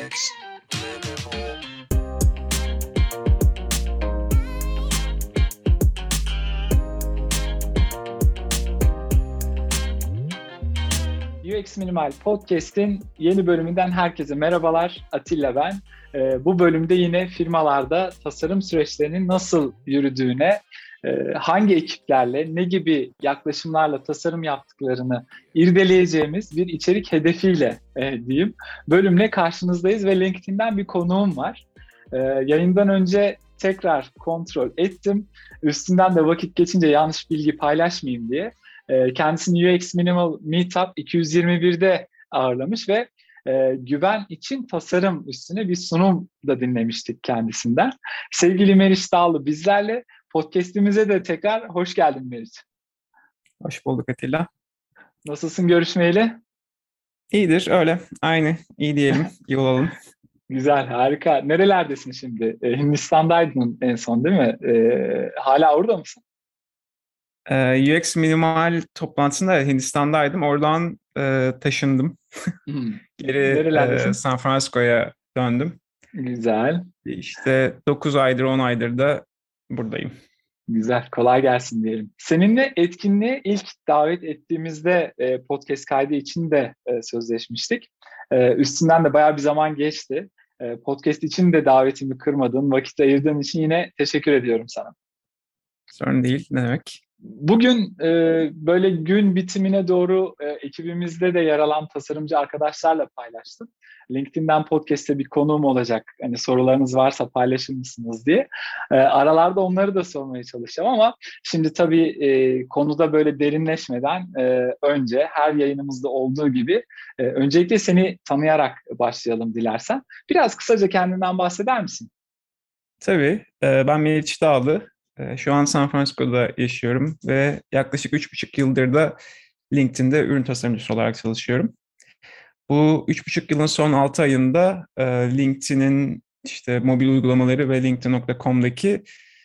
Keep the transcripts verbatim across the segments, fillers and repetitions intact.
X Minimal. U X Minimal Podcast'in yeni bölümünden herkese merhabalar. Atilla ben. Ee, bu bölümde yine firmalarda tasarım süreçlerinin nasıl yürüdüğüne, e, hangi ekiplerle, ne gibi yaklaşımlarla tasarım yaptıklarını irdeleyeceğimiz bir içerik hedefiyle e, diyeyim. Bölümle karşınızdayız ve LinkedIn'den bir konuğum var. E, yayından önce tekrar kontrol ettim. Üstünden de vakit geçince yanlış bilgi paylaşmayayım diye. Kendisini U X Minimal Meetup iki yüz yirmi birde ağırlamış ve e, güven için tasarım üstüne bir sunum da dinlemiştik kendisinden. Sevgili Meriç Dağlı bizlerle. Podcast'imize de tekrar hoş geldin Meriç. Hoş bulduk Atilla. Nasılsın görüşmeyeli? İyidir öyle. Aynı. İyi diyelim. İyi olalım. Güzel, harika. Nerelerdesin şimdi? E, Hindistan'daydın en son değil mi? E, hala orada mısın? Ee, U X Minimal toplantısında Hindistan'daydım. Oradan e, taşındım. Hmm. Geri e, San Francisco'ya döndüm. Güzel. İşte dokuz aydır, on aydır da buradayım. Güzel, kolay gelsin diyelim. Seninle etkinliğe ilk davet ettiğimizde e, podcast kaydı için de e, sözleşmiştik. E, üstünden de bayağı bir zaman geçti. E, podcast için de davetimi kırmadın, vakit ayırdığın için yine teşekkür ediyorum sana. Sorun değil, ne demek? Bugün e, böyle gün bitimine doğru e, ekibimizde de yer alan tasarımcı arkadaşlarla paylaştım. LinkedIn'den podcast'te bir konuğum olacak. Hani sorularınız varsa paylaşır mısınız diye. E, aralarda onları da sormaya çalışacağım ama şimdi tabii e, konuda böyle derinleşmeden e, önce her yayınımızda olduğu gibi e, öncelikle seni tanıyarak başlayalım dilersen. Biraz kısaca kendinden bahseder misin? Tabii. E, ben Meriç Dağlı. Şu an San Francisco'da yaşıyorum ve yaklaşık üç buçuk yıldır da LinkedIn'de ürün tasarımcısı olarak çalışıyorum. Bu üç buçuk yılın son altı ayında e, LinkedIn'in işte mobil uygulamaları ve linkedin nokta com'daki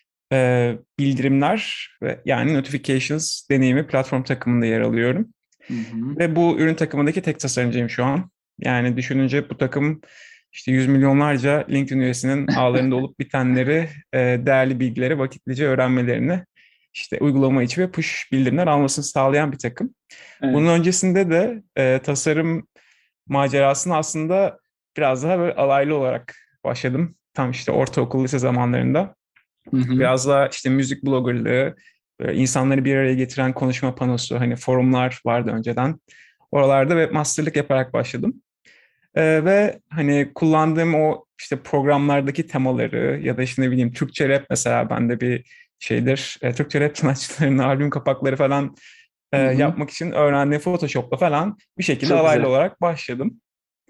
e, bildirimler ve yani notifications deneyimi platform takımında yer alıyorum. Hı hı. Ve bu ürün takımındaki tek tasarımcıyım şu an. Yani düşününce bu takım işte yüz milyonlarca LinkedIn üyesinin ağlarında olup bitenleri, e, değerli bilgileri vakitlice öğrenmelerini, işte uygulama içi ve push bildirimler almasını sağlayan bir takım. Evet. Bunun öncesinde de e, tasarım macerasına aslında biraz daha böyle alaylı olarak başladım. Tam işte ortaokul, lise zamanlarında. Hı hı. Biraz daha işte müzik bloggerlığı, böyle insanları bir araya getiren konuşma panosu, hani forumlar vardı önceden. Oralarda webmasterlık yaparak başladım. Ee, ve hani kullandığım o işte programlardaki temaları ya da işte ne bileyim Türkçe rap mesela bende bir şeydir. E, Türkçe rap sanatçılarının albüm kapakları falan e, yapmak için öğrendiğim Photoshop'la falan bir şekilde çok alaylı güzel olarak başladım.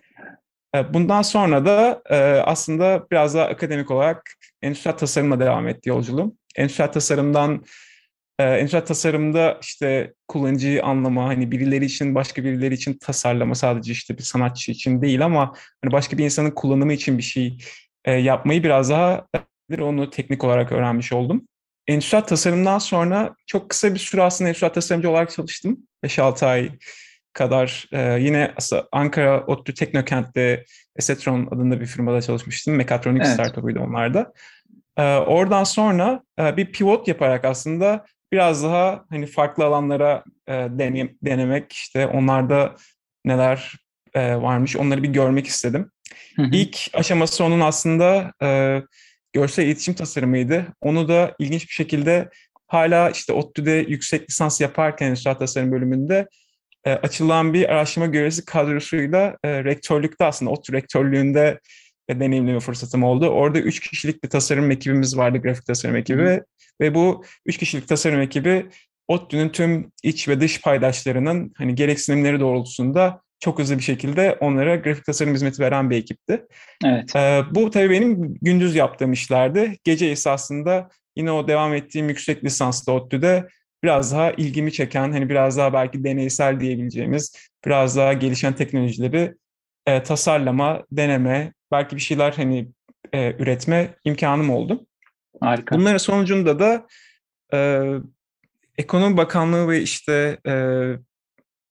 E, bundan sonra da e, aslında biraz daha akademik olarak endüstriyel tasarımla devam etti yolculuğum. Endüstriyel tasarımdan Ee, endüstriyel tasarımda işte kullanıcıyı anlama, hani birileri için başka birileri için tasarlama, sadece işte bir sanatçı için değil ama hani başka bir insanın kullanımı için bir şey e, yapmayı biraz daha onu teknik olarak öğrenmiş oldum. Endüstriyel tasarımdan sonra çok kısa bir süre aslında endüstriyel tasarımcı olarak çalıştım. beş altı ay kadar e, yine aslında Ankara ODTÜ Teknokent'te Esetron adında bir firmada çalışmıştım. Mekatronik evet. Startup'ıydı onlar da. E, oradan sonra e, bir pivot yaparak aslında biraz daha hani farklı alanlara e, deneyim, denemek, işte onlarda neler e, varmış onları bir görmek istedim. Hı hı. İlk aşaması onun aslında e, görsel iletişim tasarımıydı. Onu da ilginç bir şekilde hala işte ODTÜ'de yüksek lisans yaparken endüstriyel tasarım bölümünde e, açılan bir araştırma görevlisi kadrosuyla e, rektörlükte aslında ODTÜ rektörlüğünde e, deneyimleme fırsatım oldu. Orada üç kişilik bir tasarım ekibimiz vardı, grafik tasarım ekibi. Hı hı. Ve bu üç kişilik tasarım ekibi ODTÜ'nün tüm iç ve dış paydaşlarının hani gereksinimleri doğrultusunda çok hızlı bir şekilde onlara grafik tasarım hizmeti veren bir ekipti. Evet. Ee, bu tabii benim gündüz yaptığım işlerdi. Gece esasında yine o devam ettiğim yüksek lisanslı ODTÜ'de biraz daha ilgimi çeken, hani biraz daha belki deneysel diyebileceğimiz, biraz daha gelişen teknolojileri e, tasarlama, deneme, belki bir şeyler hani e, üretme imkanım oldu. Harika. Bunların sonucunda da e, Ekonomi Bakanlığı ve işte e,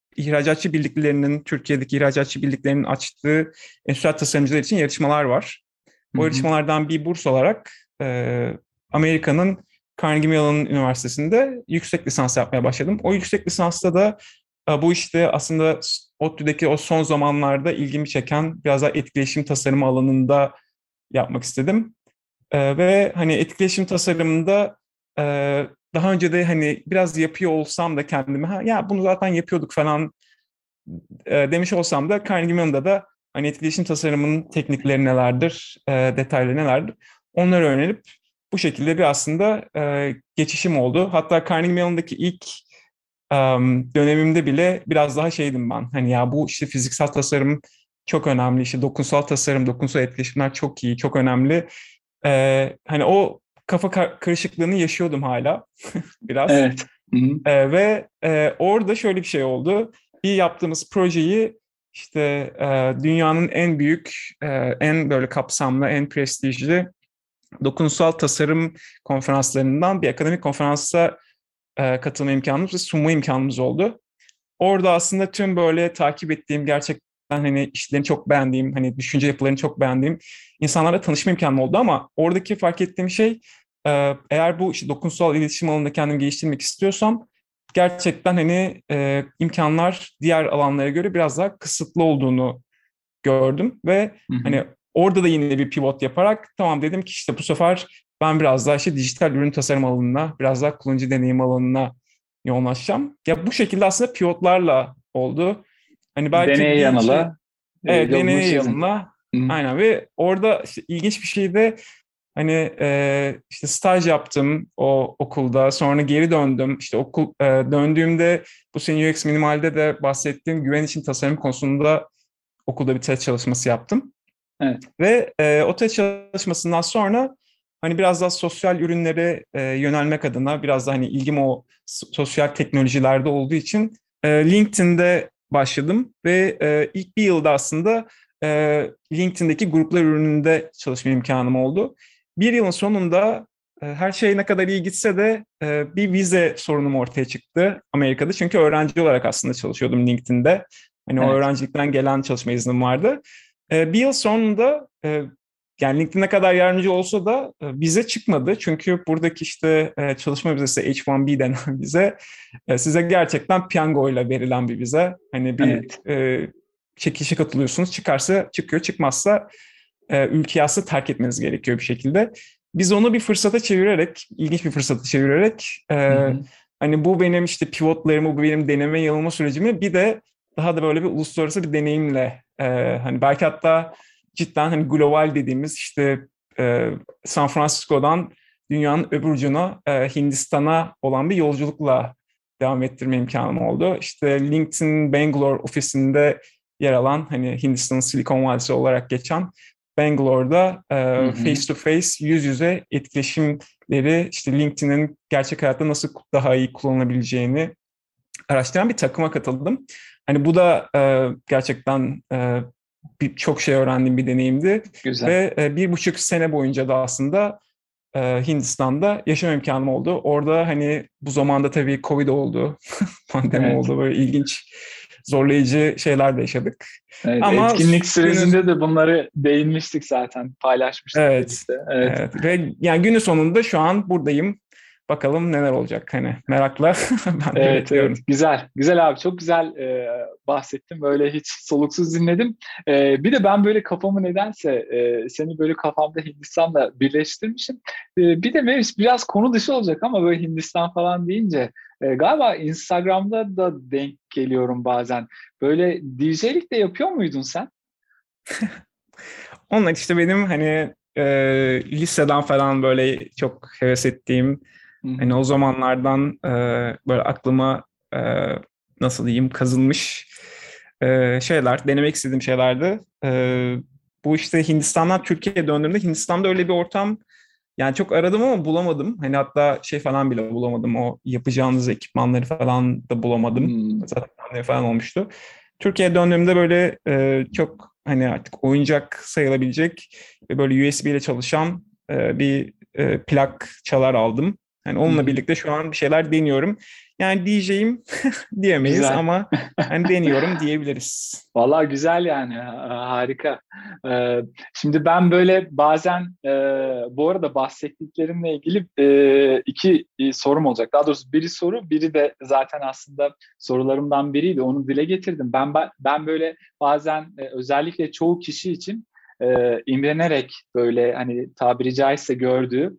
ihracatçı birliklerinin, Türkiye'deki ihracatçı birliklerinin açtığı endüstriyel tasarımcılar için yarışmalar var. O yarışmalardan bir burs olarak e, Amerika'nın Carnegie Mellon Üniversitesi'nde yüksek lisans yapmaya başladım. O yüksek lisansta da e, bu işte aslında ODTÜ'deki o son zamanlarda ilgimi çeken biraz daha etkileşim tasarımı alanında yapmak istedim. E, ve hani etkileşim tasarımında e, daha önce de hani biraz yapıyor olsam da kendime ha, ya bunu zaten yapıyorduk falan e, demiş olsam da Carnegie Mellon'da da hani etkileşim tasarımının teknikleri nelerdir, e, detayları nelerdir onları öğrenip bu şekilde bir aslında e, geçişim oldu. Hatta Carnegie Mellon'daki ilk um, dönemimde bile biraz daha şeydim ben. Hani ya bu işte fiziksel tasarım çok önemli, işte dokunsal tasarım, dokunsal etkileşimler çok iyi, çok önemli. E, hani o kafa karışıklığını yaşıyordum hala biraz. Evet. Hı hı. E, ve e, orada şöyle bir şey oldu. Bir yaptığımız projeyi işte e, dünyanın en büyük, e, en böyle kapsamlı, en prestijli dokunsal tasarım konferanslarından bir akademik konferansa e, katılma imkanımız ve sunma imkanımız oldu. Orada aslında tüm böyle takip ettiğim, gerçekten hani işlerini çok beğendiğim, hani düşünce yapılarını çok beğendiğim insanlarla tanışma imkanım oldu ama oradaki fark ettiğim şey e, eğer bu işte dokunsal iletişim alanında kendimi geliştirmek istiyorsam gerçekten hani e, imkanlar diğer alanlara göre biraz daha kısıtlı olduğunu gördüm ve Hı hı. hani orada da yine bir pivot yaparak tamam dedim ki işte bu sefer ben biraz daha işte dijital ürün tasarım alanına, biraz daha kullanıcı deneyim alanına yoğunlaşacağım. Ya bu şekilde aslında pivotlarla oldu. Hani belki Deneye bir şey, yanıla e, evet yolunu deneye çizdin. yanına Hı hı. aynen ve orada işte ilginç bir şey de hani e, işte staj yaptım o okulda sonra geri döndüm. İşte okul e, döndüğümde bu senin U X Minimal'de de bahsettiğim güven için tasarım konusunda okulda bir test çalışması yaptım. Evet. Ve e, o test çalışmasından sonra hani biraz daha sosyal ürünlere e, yönelmek adına biraz da hani ilgim o sosyal teknolojilerde olduğu için e, LinkedIn'de başladım ve e, ilk bir yılda aslında e, LinkedIn'deki gruplar ürününde çalışma imkanım oldu. Bir yılın sonunda e, her şey ne kadar iyi gitse de e, bir vize sorunum ortaya çıktı Amerika'da. Çünkü öğrenci olarak aslında çalışıyordum LinkedIn'de. Hani o Evet. öğrencilikten gelen çalışma iznim vardı. E, bir yıl sonunda e, yani LinkedIn ne kadar yardımcı olsa da e, vize çıkmadı. Çünkü buradaki işte e, çalışma vizesi H bir B denen vize e, size gerçekten piyangoyla verilen bir vize. Hani bir Evet. e, çekilişe katılıyorsunuz. Çıkarsa çıkıyor, çıkmazsa e, ülkeyi aslında terk etmeniz gerekiyor bir şekilde. Biz onu bir fırsata çevirerek, ilginç bir fırsata çevirerek e, Hı hı. hani bu benim işte pivotlarımı, bu benim deneme yanılma sürecimi bir de daha da böyle bir uluslararası bir deneyimle e, hani belki hatta cidden hani global dediğimiz işte e, San Francisco'dan dünyanın öbür ucuna e, Hindistan'a olan bir yolculukla devam ettirme imkanım oldu. İşte LinkedIn Bangalore ofisinde yer alan hani Hindistan'ın Silikon Vadisi olarak geçen Bangalore'da Hı e, hı. face to face yüz yüze etkileşimleri işte LinkedIn'in gerçek hayatta nasıl daha iyi kullanılabileceğini araştıran bir takıma katıldım. Hani bu da e, gerçekten e, bir, çok şey öğrendiğim bir deneyimdi. Güzel. Ve e, bir buçuk sene boyunca da aslında e, Hindistan'da yaşam imkanım oldu. Orada hani bu zamanda tabii Covid oldu, pandemi Evet. oldu, böyle ilginç, zorlayıcı şeyler de yaşadık. Evet. Ama Etkinlik günün sürecinde de bunları değinmiştik zaten. Paylaşmıştık evet, birlikte. Evet. evet ve yani günün sonunda şu an buradayım. Bakalım neler olacak hani merakla ben de Evet, evet. bekliyorum. Güzel. Güzel abi. Çok güzel e, bahsettim. Böyle hiç soluksuz dinledim. E, bir de ben böyle kafamı nedense e, seni böyle kafamda Hindistan'la birleştirmişim. E, bir de Melis biraz konu dışı olacak ama böyle Hindistan falan deyince e, galiba Instagram'da da denk geliyorum bazen. Böyle D J'lik de yapıyor muydun sen? Onlar işte benim hani e, liseden falan böyle çok heves ettiğim Hı hani hı. o zamanlardan e, böyle aklıma e, nasıl diyeyim kazınmış e, şeyler, denemek istediğim şeylerdi. E, bu işte Hindistan'dan Türkiye'ye döndüğümde Hindistan'da öyle bir ortam yani çok aradım ama bulamadım. Hani hatta şey falan bile bulamadım. O yapacağınız ekipmanları falan da bulamadım. Hmm. Zaten pandemi falan olmuştu. Türkiye'ye döndüğümde böyle e, çok hani artık oyuncak sayılabilecek ve böyle U S B ile çalışan e, bir e, plak çalar aldım. Yani Hı onunla hı. birlikte şu an bir şeyler deniyorum. Yani diyeceğim diyemeyiz Güzel. ama hani deniyorum diyebiliriz. Vallahi güzel yani, ha- harika. Ee, Şimdi ben böyle bazen e, bu arada bahsettiklerimle ilgili e, iki e, sorum olacak. Daha doğrusu biri soru, biri de zaten aslında sorularımdan biriydi. Onu dile getirdim. Ben ben ben böyle bazen e, özellikle çoğu kişi için e, imrenerek böyle hani tabiri caizse gördüğü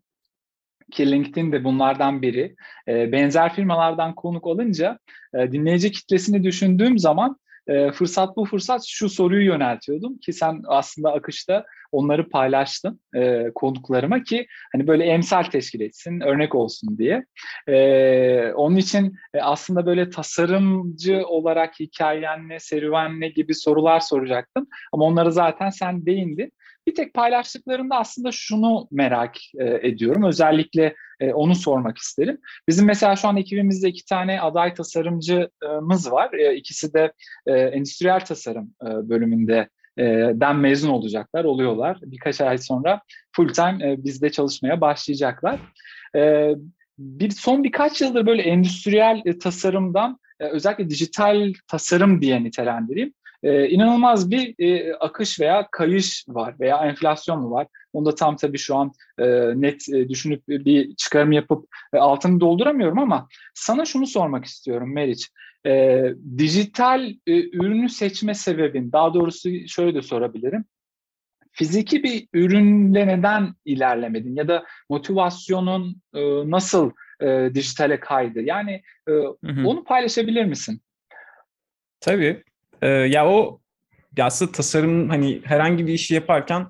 ki LinkedIn de bunlardan biri. E, benzer firmalardan konuk alınca e, dinleyici kitlesini düşündüğüm zaman e, fırsat bu fırsat şu soruyu yöneltiyordum ki sen aslında akışta onları paylaştın e, konuklarıma ki hani böyle emsal teşkil etsin, örnek olsun diye. E, onun için e, aslında böyle tasarımcı olarak hikayenle, serüvenle gibi sorular soracaktım. Ama onları zaten sen değindin. Bir tek paylaştıklarında aslında şunu merak e, ediyorum. Özellikle e, onu sormak isterim. Bizim mesela şu an ekibimizde iki tane aday tasarımcımız var. E, ikisi de e, endüstriyel tasarım e, bölümünde e, den mezun olacaklar, oluyorlar. Birkaç ay sonra full time e, bizde çalışmaya başlayacaklar. E, bir son birkaç yıldır böyle endüstriyel e, tasarımdan e, özellikle dijital tasarım diye nitelendireyim. Ee, inanılmaz bir e, akış veya kayış var veya enflasyon mu var? Onu da tam tabii şu an e, net e, düşünüp bir çıkarım yapıp e, altını dolduramıyorum ama sana şunu sormak istiyorum Meriç. E, dijital e, ürünü seçme sebebin, daha doğrusu şöyle de sorabilirim. Fiziki bir ürünle neden ilerlemedin ya da motivasyonun e, nasıl e, dijitale kaydı? Yani e, Hı hı. onu paylaşabilir misin? Tabii. Ee, ya o ya aslında tasarım hani herhangi bir işi yaparken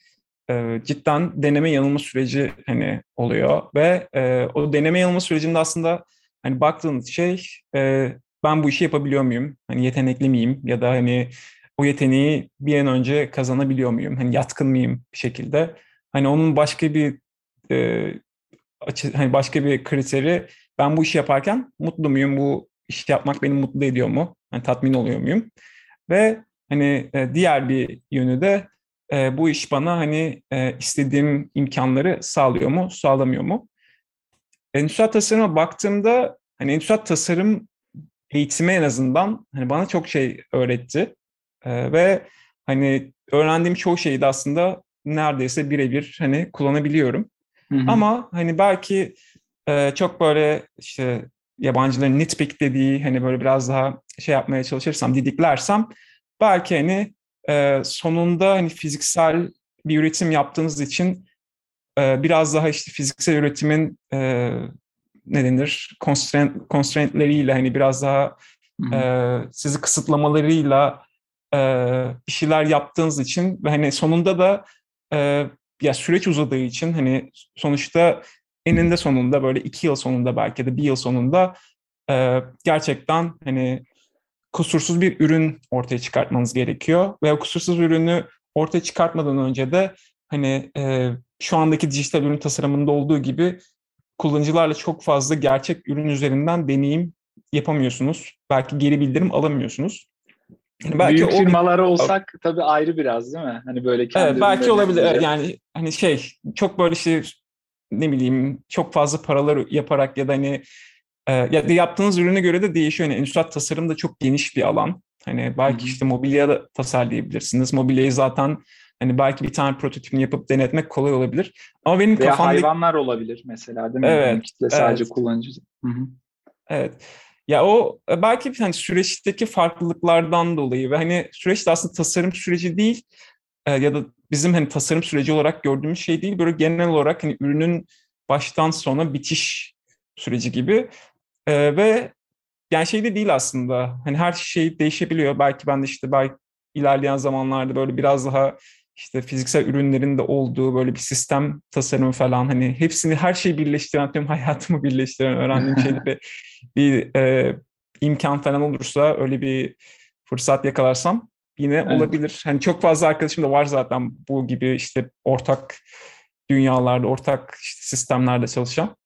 e, cidden deneme yanılma süreci hani oluyor ve e, o deneme yanılma sürecinde aslında hani baktığınız şey e, ben bu işi yapabiliyor muyum? Hani yetenekli miyim? Ya da hani o yeteneği bir an önce kazanabiliyor muyum? Hani yatkın mıyım bir şekilde? Hani onun başka bir e, açı, hani başka bir kriteri ben bu işi yaparken mutlu muyum? Bu işi yapmak beni mutlu ediyor mu? Hani tatmin oluyor muyum? Ve hani e, diğer bir yönü de e, bu iş bana hani e, istediğim imkanları sağlıyor mu, sağlamıyor mu? Endüstriyel tasarıma baktığımda hani endüstriyel tasarım eğitimi en azından hani bana çok şey öğretti. E, ve hani öğrendiğim çoğu şeyi de aslında neredeyse birebir hani kullanabiliyorum. Hı hı. Ama hani belki e, çok böyle işte yabancıların nitpick dediği hani böyle biraz daha şey yapmaya çalışırsam, didiklersem belki hani e, sonunda hani fiziksel bir üretim yaptığınız için e, biraz daha işte fiziksel üretimin e, ne denir constraint, constraintleriyle hani biraz daha Hı hı. e, sizi kısıtlamalarıyla e, bir şeyler yaptığınız için ve hani sonunda da e, ya süreç uzadığı için hani sonuçta eninde sonunda böyle iki yıl sonunda belki de bir yıl sonunda e, gerçekten hani kusursuz bir ürün ortaya çıkartmanız gerekiyor ve o kusursuz ürünü ortaya çıkartmadan önce de hani e, şu andaki dijital ürün tasarımında olduğu gibi kullanıcılarla çok fazla gerçek ürün üzerinden deneyim yapamıyorsunuz. Belki geri bildirim alamıyorsunuz. Yani belki Büyük o bir firmalar olsak tabii ayrı biraz, değil mi? Hani böyle kendi evet, belki olabilir. Evet, ürünlerimizi. yani hani şey çok böyle işte ne bileyim çok fazla paralar yaparak ya da hani e, ya da yaptığınız ürüne göre de değişiyor. Yani endüstriyel tasarım da çok geniş bir alan. Hani Hı belki hı. işte mobilya da tasarlayabilirsiniz. Mobilyayı zaten hani belki bir tane prototipini yapıp denetmek kolay olabilir. Ama benim Veya kafamdaki hayvanlar olabilir mesela, değil mi? Hani evet, kitle sadece evet. kullanıcı. Hı hı. Evet. Ya o e, belki bir hani süreçteki farklılıklardan dolayı ve hani süreç de aslında tasarım süreci değil e, ya da bizim hani tasarım süreci olarak gördüğümüz şey değil, böyle genel olarak hani ürünün baştan sona bitiş süreci gibi. E, ve yani şey de değil aslında. Hani her şey değişebiliyor. Belki ben de işte belki ilerleyen zamanlarda böyle biraz daha işte fiziksel ürünlerin de olduğu böyle bir sistem tasarımı falan hani hepsini her şeyi birleştiren tüm hayatımı birleştiren öğrendiğim şeyleri bir e, imkan falan olursa öyle bir fırsat yakalarsam yine Evet. olabilir. Hani çok fazla arkadaşım da var zaten bu gibi işte ortak dünyalarda, ortak işte sistemlerde çalışan.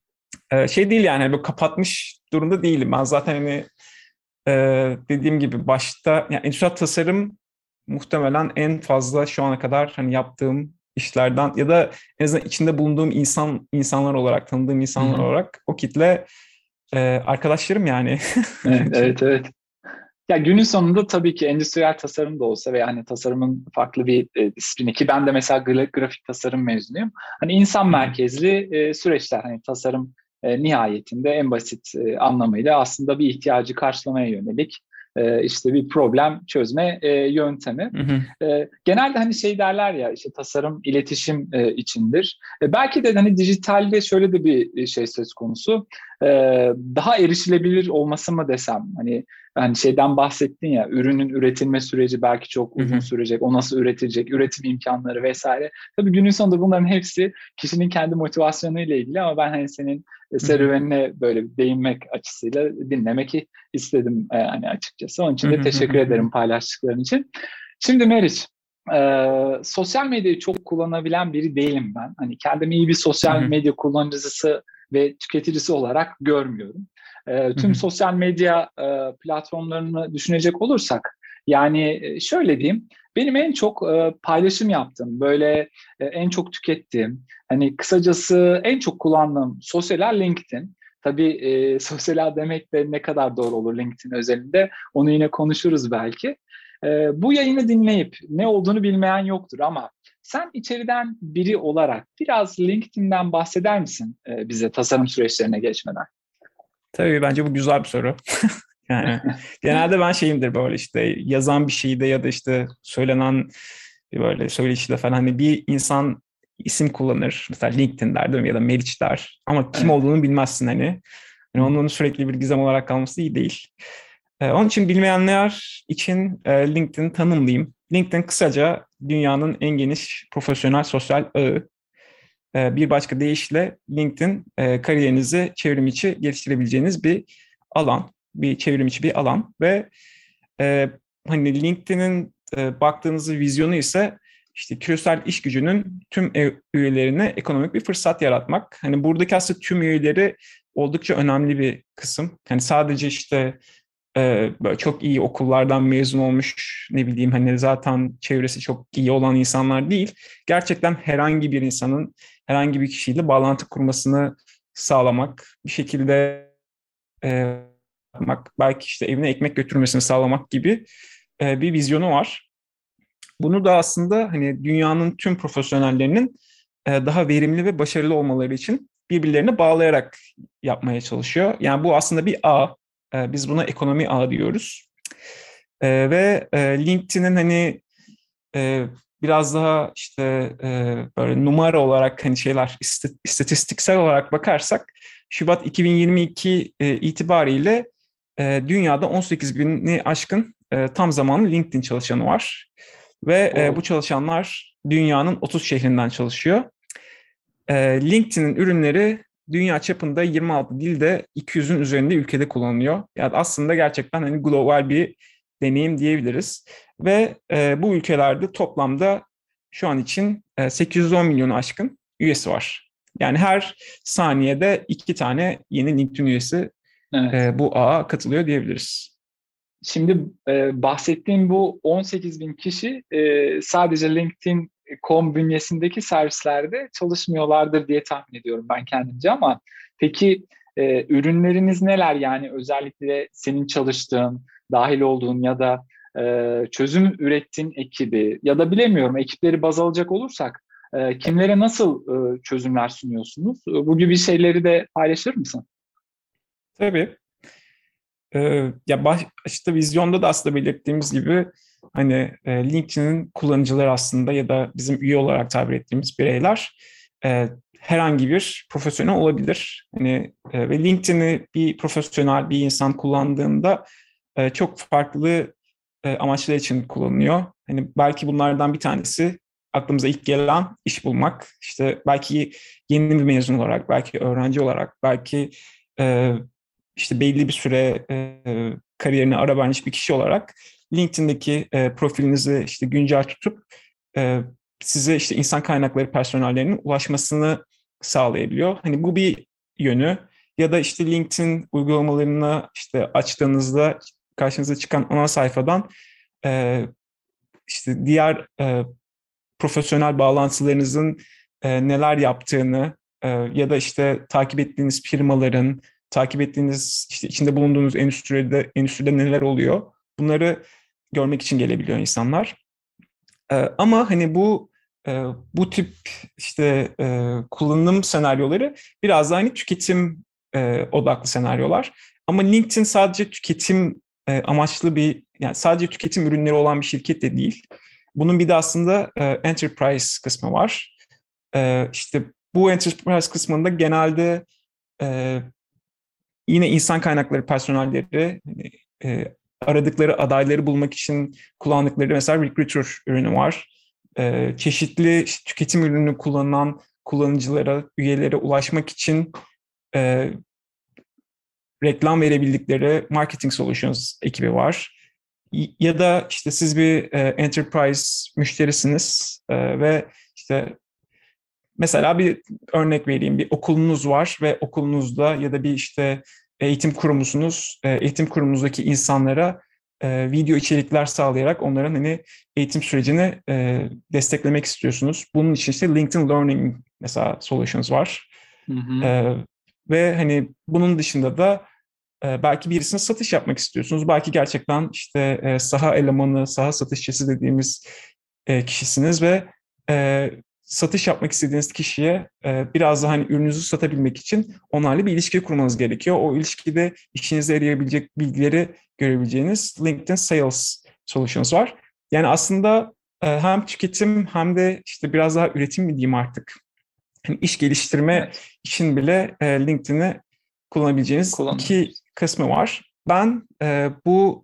Ee, şey değil yani hani böyle kapatmış durumda değilim. Ben zaten hani e, dediğim gibi başta yani endüstriyel tasarım muhtemelen en fazla şu ana kadar hani yaptığım işlerden ya da en azından içinde bulunduğum insan insanlar olarak tanıdığım Hı insanlar hı. olarak o kitle e, arkadaşlarım yani. Evet, evet, evet. Ya günün sonunda tabii ki endüstriyel tasarım da olsa ve yani tasarımın farklı bir e, disiplini ki ben de mesela gra- grafik tasarım mezunuyum. Hani insan merkezli e, süreçler hani tasarım e, nihayetinde en basit e, anlamıyla aslında bir ihtiyacı karşılamaya yönelik e, işte bir problem çözme e, yöntemi. E, genelde hani şey derler ya işte tasarım iletişim e, içindir. E, belki de hani dijitalde şöyle de bir şey söz konusu. E, daha erişilebilir olması mı desem hani hani şeyden bahsettin ya ürünün üretilme süreci belki çok uzun sürecek. O nasıl üretilecek, üretim imkanları vesaire. Tabii günün sonunda bunların hepsi kişinin kendi motivasyonuyla ilgili ama ben hani senin serüvenine böyle değinmek açısıyla dinlemek istedim e, hani açıkçası. Onun için de teşekkür ederim paylaştıkların için. Şimdi Meriç, e, sosyal medyayı çok kullanabilen biri değilim ben. Hani kendimi iyi bir sosyal medya kullanıcısı ve tüketicisi olarak görmüyorum. E, tüm sosyal medya e, platformlarını düşünecek olursak, yani e, şöyle diyeyim, benim en çok e, paylaşım yaptığım, böyle e, en çok tükettiğim, hani kısacası en çok kullandığım sosyal ağ LinkedIn. Tabii e, sosyal ağ demek de ne kadar doğru olur LinkedIn özelinde, onu yine konuşuruz belki. E, bu yayını dinleyip ne olduğunu bilmeyen yoktur ama sen içeriden biri olarak biraz LinkedIn'den bahseder misin e, bize tasarım süreçlerine geçmeden? Tabii bence bu güzel bir soru. Yani genelde ben şeyimdir böyle işte yazan bir şeyde ya da işte söylenen bir böyle söyleşide falan hani bir insan isim kullanır. Mesela LinkedIn der değil mi? Ya da Meriç der. Ama kim Evet. olduğunu bilmezsin hani. Yani onun sürekli bir gizem olarak kalması iyi değil. Ee, onun için bilmeyenler için e, LinkedIn'i tanımlayayım. LinkedIn kısaca dünyanın en geniş profesyonel sosyal ağı. Ee, bir başka deyişle LinkedIn e, kariyerinizi çevrim içi geliştirebileceğiniz bir alan, bir çevrim içi bir alan ve e, hani LinkedIn'in e, baktığınız vizyonu ise işte küresel iş gücünün tüm üyelerine ekonomik bir fırsat yaratmak. Hani buradaki aslında tüm üyeleri oldukça önemli bir kısım. Hani sadece işte e, böyle çok iyi okullardan mezun olmuş ne bileyim hani zaten çevresi çok iyi olan insanlar değil. Gerçekten herhangi bir insanın herhangi bir kişiyle bağlantı kurmasını sağlamak, bir şekilde e, yapmak, belki işte evine ekmek götürmesini sağlamak gibi e, bir vizyonu var. Bunu da aslında hani dünyanın tüm profesyonellerinin e, daha verimli ve başarılı olmaları için birbirlerine bağlayarak yapmaya çalışıyor. Yani bu aslında bir ağ. E, biz buna ekonomi ağı diyoruz. E, ve e, LinkedIn'in hani e, biraz daha işte e, böyle numara olarak hani şeyler istatistiksel olarak bakarsak Şubat iki bin yirmi iki e, itibariyle e, dünyada on sekiz bini aşkın e, tam zamanlı LinkedIn çalışanı var. Ve e, bu çalışanlar dünyanın otuz şehrinden çalışıyor. E, LinkedIn'in ürünleri dünya çapında yirmi altı dilde iki yüzün üzerinde ülkede kullanılıyor. Yani aslında gerçekten hani global bir deneyim diyebiliriz. Ve e, bu ülkelerde toplamda şu an için e, sekiz yüz on milyonu aşkın üyesi var. Yani her saniyede iki tane yeni LinkedIn üyesi Evet. e, bu ağa katılıyor diyebiliriz. Şimdi e, bahsettiğim bu on sekiz bin kişi e, sadece LinkedIn nokta com bünyesindeki servislerde çalışmıyorlardır diye tahmin ediyorum ben kendimce ama peki e, ürünleriniz neler? Yani özellikle senin çalıştığın, dahil olduğun ya da e, çözüm ürettiğin ekibi ya da bilemiyorum ekipleri baz alacak olursak e, kimlere nasıl e, çözümler sunuyorsunuz? Bu gibi şeyleri de paylaşır mısın? Tabii. Ee, ya başta vizyonda da aslında belirttiğimiz gibi hani e, LinkedIn'in kullanıcıları aslında ya da bizim üye olarak tabir ettiğimiz bireyler e, herhangi bir profesyonel olabilir. Hani e, ve LinkedIn'i bir profesyonel bir insan kullandığında e, çok farklı e, amaçlar için kullanılıyor. Hani belki bunlardan bir tanesi aklımıza ilk gelen iş bulmak. İşte belki yeni bir mezun olarak, belki öğrenci olarak, belki e, işte belli bir süre e, kariyerini ara vermiş bir kişi olarak LinkedIn'deki e, profilinizi işte güncel tutup e, size işte insan kaynakları personellerinin ulaşmasını sağlayabiliyor. Hani bu bir yönü ya da işte LinkedIn uygulamalarını işte açtığınızda karşınıza çıkan ana sayfadan e, işte diğer e, profesyonel bağlantılarınızın e, neler yaptığını e, ya da işte takip ettiğiniz firmaların takip ettiğiniz, işte içinde bulunduğunuz endüstride, endüstride neler oluyor, bunları görmek için gelebiliyor insanlar. E, ama hani bu e, bu tip işte e, kullanım senaryoları biraz daha hani tüketim e, odaklı senaryolar. Ama LinkedIn sadece tüketim e, amaçlı bir, yani sadece tüketim ürünleri olan bir şirket de değil. Bunun bir de aslında e, enterprise kısmı var. E, işte bu enterprise kısmında genelde e, yine insan kaynakları personelleri hani, e, aradıkları adayları bulmak için kullandıkları mesela Recruiter ürünü var. E, çeşitli işte, tüketim ürünü kullanılan kullanıcılara, üyelere ulaşmak için e, reklam verebildikleri Marketing Solutions ekibi var. Ya da işte siz bir e, enterprise müşterisiniz e, ve işte mesela bir örnek vereyim, bir okulunuz var ve okulunuzda ya da bir işte eğitim kurumusunuz, e, eğitim kurumunuzdaki insanlara e, video içerikler sağlayarak onların hani eğitim sürecini e, desteklemek istiyorsunuz. Bunun için işte LinkedIn Learning mesela Solutions var. Hı hı. E, ve hani bunun dışında da e, belki birisine satış yapmak istiyorsunuz. Belki gerçekten işte e, saha elemanı, saha satışçısı dediğimiz e, kişisiniz ve e, satış yapmak istediğiniz kişiye e, biraz daha hani ürününüzü satabilmek için onlarla bir ilişki kurmanız gerekiyor. O ilişkide işinize yarayabilecek bilgileri görebileceğiniz LinkedIn Sales Solutions var. Yani aslında e, hem tüketim hem de işte biraz daha üretim mi diyeyim artık. Yani iş geliştirme Evet. için bile e, LinkedIn'i kullanabileceğiniz iki kısmı var. Ben e, bu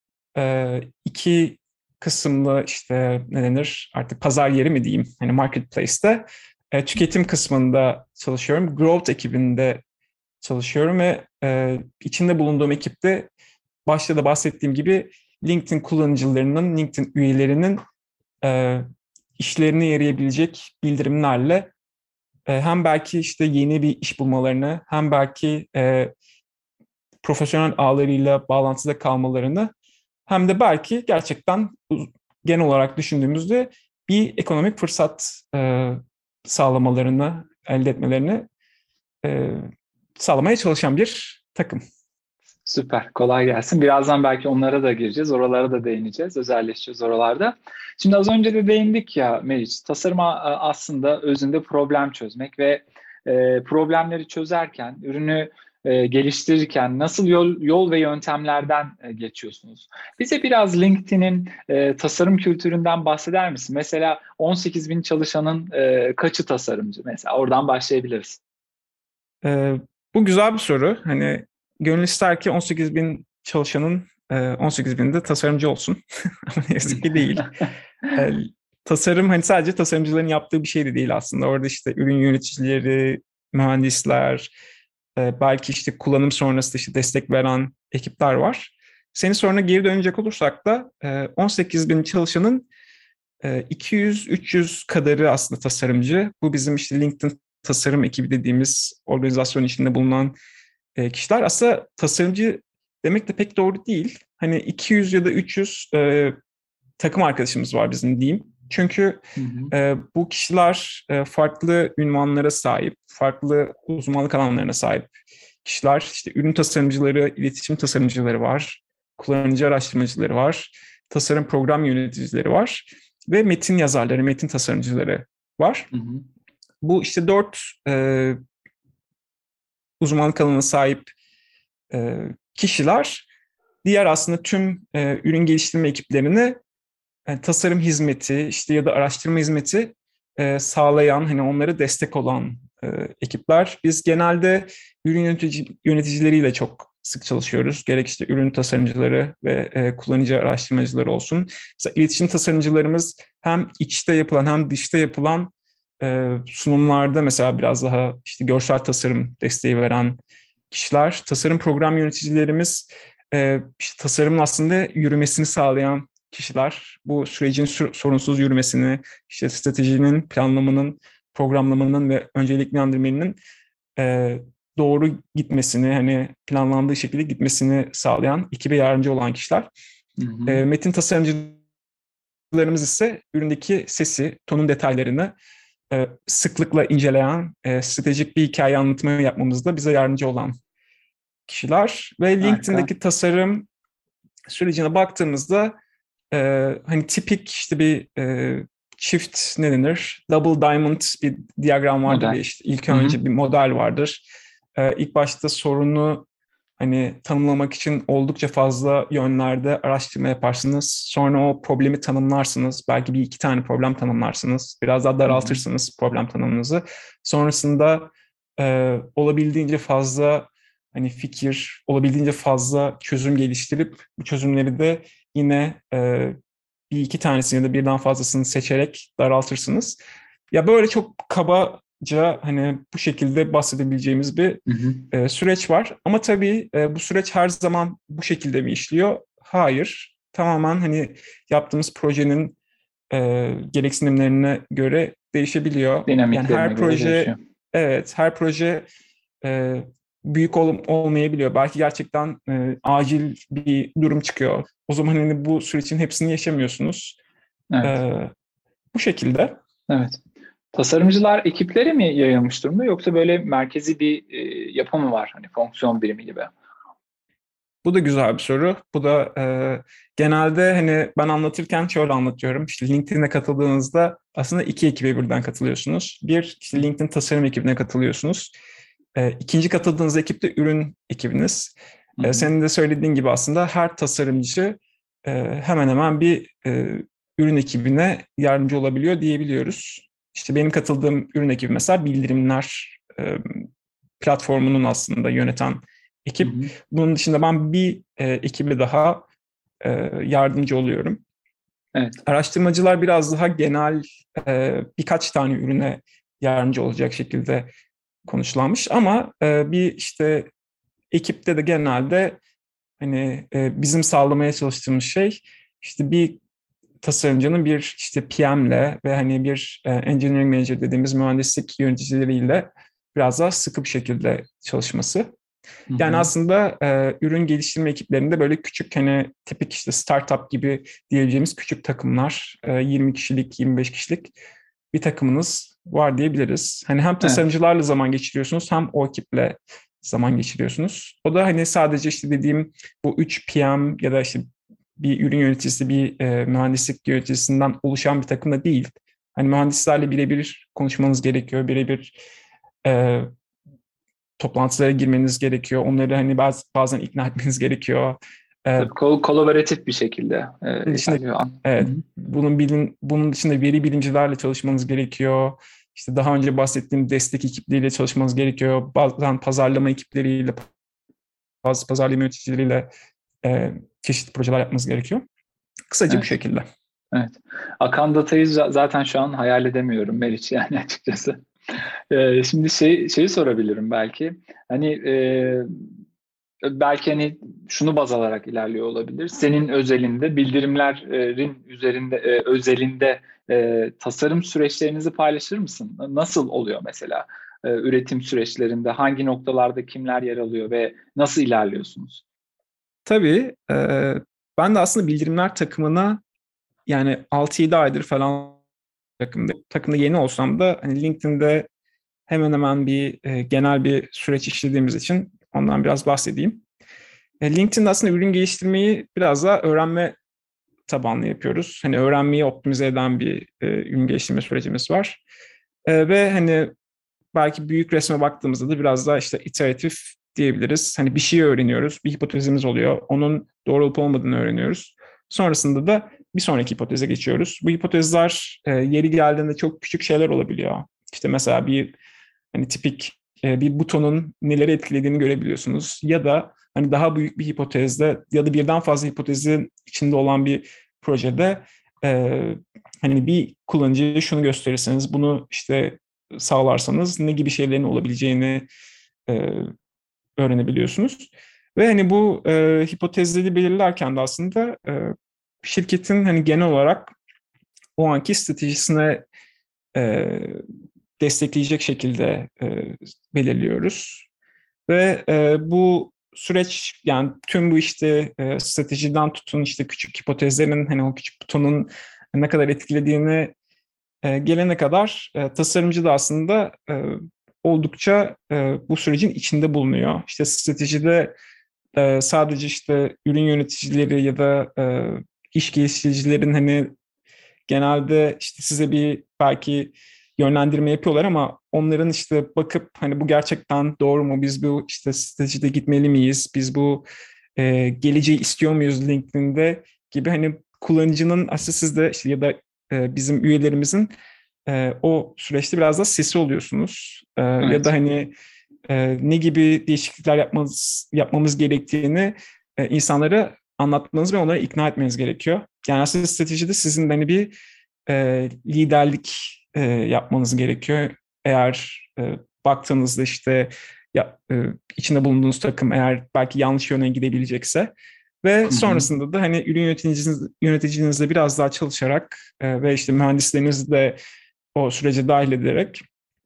e, iki kısımlı işte ne denir artık pazar yeri mi diyeyim hani marketplace'te e, tüketim kısmında çalışıyorum. Growth ekibinde çalışıyorum ve e, içinde bulunduğum ekipte başta da bahsettiğim gibi LinkedIn kullanıcılarının, LinkedIn üyelerinin e, işlerine yarayabilecek bildirimlerle e, hem belki işte yeni bir iş bulmalarını hem belki e, profesyonel ağlarıyla bağlantıda kalmalarını hem de belki gerçekten genel olarak düşündüğümüzde bir ekonomik fırsat e, sağlamalarını, elde etmelerini e, sağlamaya çalışan bir takım. Süper, kolay gelsin. Birazdan belki onlara da gireceğiz, oralara da değineceğiz, özelleşeceğiz oralarda. Şimdi az önce de değindik ya Meriç, tasarım a- aslında özünde problem çözmek ve e, problemleri çözerken, ürünü e, geliştirirken nasıl yol, yol ve yöntemlerden e, geçiyorsunuz? Bize biraz LinkedIn'in e, tasarım kültüründen bahseder misin? Mesela on sekiz bin çalışanın e, kaçı tasarımcı? Mesela oradan başlayabiliriz. E, bu güzel bir soru. Hani gönül ister ki on sekiz bin çalışanın e, on sekiz binde tasarımcı olsun. Ama ne yazık ki değil. E, tasarım hani sadece tasarımcıların yaptığı bir şey de değil aslında. Orada işte ürün yöneticileri, mühendisler, e, belki işte kullanım sonrası işte destek veren ekipler var. Senin soruna geri dönecek olursak da e, on sekiz bin çalışanın e, iki yüz üç yüz kadarı aslında tasarımcı. Bu bizim işte LinkedIn tasarım ekibi dediğimiz organizasyon içinde bulunan e, kişiler. Aslında tasarımcı demek de pek doğru değil. Hani iki yüz ya da üç yüz e, takım arkadaşımız var bizim diyeyim. Çünkü Hı hı. e, bu kişiler e, farklı ünvanlara sahip, farklı uzmanlık alanlarına sahip kişiler. İşte ürün tasarımcıları, iletişim tasarımcıları var, kullanıcı araştırmacıları var, tasarım program yöneticileri var ve metin yazarları, metin tasarımcıları var. Hı hı. Bu işte dört e, uzmanlık alanına sahip e, kişiler diğer aslında tüm e, ürün geliştirme ekiplerini yani tasarım hizmeti işte ya da araştırma hizmeti e, sağlayan hani onlara destek olan e, ekipler. Biz genelde ürün yönetici, yöneticileriyle çok sık çalışıyoruz. Gerek işte ürün tasarımcıları ve e, kullanıcı araştırmacıları olsun. Mesela iletişim tasarımcılarımız hem içte yapılan hem dışta yapılan e, sunumlarda mesela biraz daha işte görsel tasarım desteği veren kişiler. Tasarım program yöneticilerimiz e, işte tasarımın aslında yürümesini sağlayan kişiler. Bu sürecin sorunsuz yürümesini, işte stratejinin, planlamanın, programlamanın ve önceliklendirmenin e, doğru gitmesini, hani planlandığı şekilde gitmesini sağlayan, ekibe yardımcı olan kişiler. Hı hı. E, metin tasarımcılarımız ise üründeki sesi, tonun detaylarını e, sıklıkla inceleyen, e, stratejik bir hikaye anlatımı yapmamızda bize yardımcı olan kişiler ve Harika. LinkedIn'deki tasarım sürecine baktığımızda e, hani tipik işte bir e, çift ne denir? Double diamond bir diyagram vardır Model. ya, işte ilk Hı hı. önce bir model vardır. E, ilk başta sorunu hani tanımlamak için oldukça fazla yönlerde araştırma yaparsınız. Sonra o problemi tanımlarsınız. Belki bir iki tane problem tanımlarsınız. Biraz daha daraltırsınız problem tanımınızı. Sonrasında e, olabildiğince fazla hani fikir, olabildiğince fazla çözüm geliştirip bu çözümleri de yine e, bir iki tanesini ya da birden fazlasını seçerek daraltırsınız. Ya böyle çok kabaca hani bu şekilde bahsedebileceğimiz bir Hı hı. e, süreç var. Ama tabii e, bu süreç her zaman bu şekilde mi işliyor? Hayır. Tamamen hani yaptığımız projenin e, gereksinimlerine göre değişebiliyor. Yani Dinamiklerine her göre proje, değişiyor. evet, her proje e, büyük ol, olmayabiliyor. Belki gerçekten e, acil bir durum çıkıyor. O zaman hani bu sürecin hepsini yaşamıyorsunuz. E, Evet. bu şekilde. Evet. Tasarımcılar ekiplere mi yayılmış durumda yoksa böyle merkezi bir e, yapı mı var? Hani fonksiyon birimi gibi. Bu da güzel bir soru. Bu da e, genelde hani ben anlatırken şöyle anlatıyorum. İşte LinkedIn'e katıldığınızda aslında iki ekibe birden katılıyorsunuz. Bir, işte LinkedIn tasarım ekibine katılıyorsunuz. E, ikinci katıldığınız ekip de ürün ekibiniz. Hı E, hı. senin de söylediğin gibi aslında her tasarımcı e, hemen hemen bir e, ürün ekibine yardımcı olabiliyor diyebiliyoruz. İşte benim katıldığım ürün ekibi mesela bildirimler e, platformunun aslında yöneten Hı ekip. hı. Bunun dışında ben bir e, ekibe daha e, yardımcı oluyorum. Evet. Araştırmacılar biraz daha genel e, birkaç tane ürüne yardımcı olacak şekilde konuşlanmış ama e, bir işte ekipte de genelde hani e, bizim sağlamaya çalıştığımız şey işte bir tasarımcının bir işte P M'le ve hani bir e, engineering manager dediğimiz mühendislik yöneticileriyle biraz daha sıkı bir şekilde çalışması. Hı Yani hı. aslında e, ürün geliştirme ekiplerinde böyle küçük hani tipik işte startup gibi diyebileceğimiz küçük takımlar, e, yirmi kişilik, yirmi beş kişilik bir takımınız var diyebiliriz. Hani hem Evet. tasarımcılarla zaman geçiriyorsunuz hem o ekiple zaman geçiriyorsunuz. O da hani sadece işte dediğim bu üç P M ya da işte bir ürün yöneticisi, bir e, mühendislik yöneticisinden oluşan bir takım da değil. Hani mühendislerle birebir konuşmanız gerekiyor, birebir e, toplantılara girmeniz gerekiyor. Onları hani baz, bazen ikna etmeniz gerekiyor. Ee, Tabii kol kolaboratif bir şekilde e, bunun dışında, ilerliyor. Hı evet, hı. bunun bilin, bunun dışında veri bilimcilerle çalışmanız gerekiyor. İşte daha önce bahsettiğim destek ekipleriyle çalışmanız gerekiyor. Bazen pazarlama ekipleriyle, bazı pazarlama yöneticileriyle e, çeşitli projeler yapmanız gerekiyor. Kısaca bu Evet. şekilde. Evet. Akan Data'yı za- zaten şu an hayal edemiyorum Meriç yani açıkçası. Ee, şimdi şey şeyi sorabilirim belki. Hani e, belki hani şunu baz alarak ilerliyor olabilir. Senin özelinde bildirimlerin üzerinde e, özelinde e, tasarım süreçlerinizi paylaşır mısın? Nasıl oluyor mesela? E, üretim süreçlerinde hangi noktalarda kimler yer alıyor ve nasıl ilerliyorsunuz? Tabii e, ben de aslında bildirimler takımına yani altı yedi aydır falan takımda, takımda yeni olsam da hani LinkedIn'de hemen hemen bir e, genel bir süreç işlediğimiz için ondan biraz bahsedeyim. E, LinkedIn'de aslında ürün geliştirmeyi biraz daha öğrenme tabanlı yapıyoruz. Hani öğrenmeyi optimize eden bir e, ürün geliştirme sürecimiz var. E, ve hani belki büyük resme baktığımızda da biraz daha işte iteratif diyebiliriz. Hani bir şey öğreniyoruz, bir hipotezimiz oluyor. Onun doğru olup olmadığını öğreniyoruz. Sonrasında da bir sonraki hipoteze geçiyoruz. Bu hipotezler e, yeri geldiğinde çok küçük şeyler olabiliyor. İşte mesela bir hani tipik e, bir butonun neleri etkilediğini görebiliyorsunuz. Ya da hani daha büyük bir hipotezde ya da birden fazla hipotezin içinde olan bir projede e, hani bir kullanıcıya şunu gösterirseniz, bunu işte sağlarsanız ne gibi şeylerin olabileceğini e, öğrenebiliyorsunuz. Ve hani bu e, hipotezleri belirlerken de aslında e, şirketin hani genel olarak o anki stratejisine e, destekleyecek şekilde e, belirliyoruz. Ve e, bu süreç yani tüm bu işte e, stratejiden tutun işte küçük hipotezlerin hani o küçük butonun ne kadar etkilediğini e, gelene kadar e, tasarımcı da aslında e, oldukça e, bu sürecin içinde bulunuyor. İşte stratejide e, sadece işte ürün yöneticileri ya da e, iş geliştiricilerin hani genelde işte size bir belki yönlendirme yapıyorlar ama onların işte bakıp hani bu gerçekten doğru mu? Biz bu işte stratejide gitmeli miyiz? Biz bu e, geleceği istiyor muyuz LinkedIn'de gibi hani kullanıcının aslında siz de işte ya da e, bizim üyelerimizin e, o süreçte biraz da sesi oluyorsunuz. E, ya da Evet. hani e, ne gibi değişiklikler yapmamız, yapmamız gerektiğini e, insanlara anlatmanız ve onları ikna etmeniz gerekiyor. Yani aslında stratejide sizin de hani bir e, liderlik e, yapmanız gerekiyor. Eğer e, baktığınızda işte ya, e, içinde bulunduğunuz takım eğer belki yanlış yöne gidebilecekse ve Hı hı. sonrasında da hani ürün yöneticiniz, yöneticinizle biraz daha çalışarak e, ve işte mühendislerinizi de o sürece dahil ederek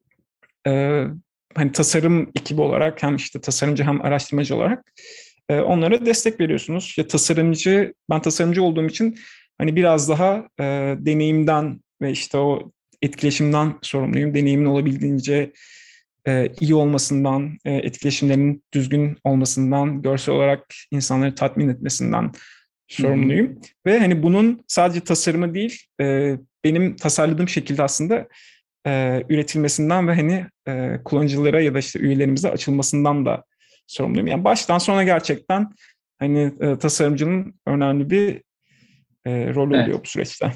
e, hani tasarım ekibi olarak hem işte tasarımcı hem araştırmacı olarak e, onlara destek veriyorsunuz. İşte tasarımcı, ben tasarımcı olduğum için hani biraz daha e, deneyimden ve işte o etkileşimden sorumluyum. Deneyimin olabildiğince e, iyi olmasından, e, etkileşimlerin düzgün olmasından, görsel olarak insanları tatmin etmesinden Hı hı. sorumluyum. Ve hani bunun sadece tasarımı değil, e, benim tasarladığım şekilde aslında e, üretilmesinden ve hani e, kullanıcılara ya da işte üyelerimize açılmasından da sorumluyum. Yani baştan sona gerçekten hani e, tasarımcının önemli bir e, rolü Evet. oluyor bu süreçte.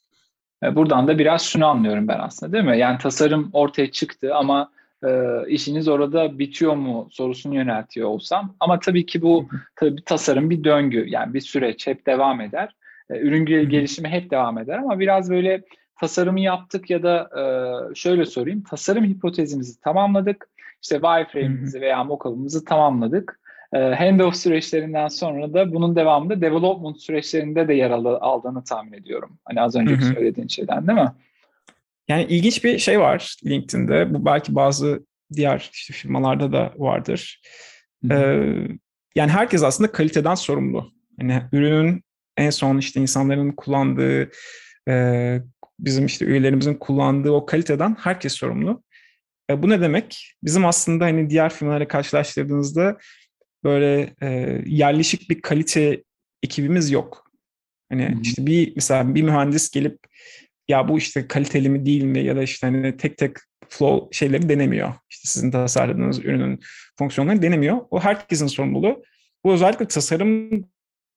E, Buradan da biraz şunu anlıyorum ben aslında, değil mi? Yani tasarım ortaya çıktı ama e, işiniz orada bitiyor mu sorusunu yöneltiyor olsam. Ama tabii ki bu tabii tasarım bir döngü, yani bir süreç hep devam eder. E, ürün gel- gelişimi hep devam eder ama biraz böyle tasarımı yaptık ya da e, şöyle sorayım. Tasarım hipotezimizi tamamladık. İşte wireframe'imizi veya mockup'ımızı tamamladık. E, handoff süreçlerinden sonra da bunun devamında development süreçlerinde de yer al- aldığını tahmin ediyorum. Hani az önceki söylediğin şeyden, değil mi? Yani ilginç bir şey var LinkedIn'de. Bu belki bazı diğer işte firmalarda da vardır. Hı Ee, hı. yani herkes aslında kaliteden sorumlu. Yani ürünün en son işte insanların kullandığı, e, bizim işte üyelerimizin kullandığı o kaliteden herkes sorumlu. E, bu ne demek? Bizim aslında hani diğer firmalarla karşılaştırdığınızda böyle e, yerleşik bir kalite ekibimiz yok. Hı Hani hı. işte bir mesela bir mühendis gelip ya bu işte kaliteli mi değil mi ya da işte hani tek tek flow şeyleri denemiyor. İşte sizin tasarladığınız ürünün fonksiyonlarını denemiyor. O herkesin sorumluluğu. Bu özellikle tasarımcı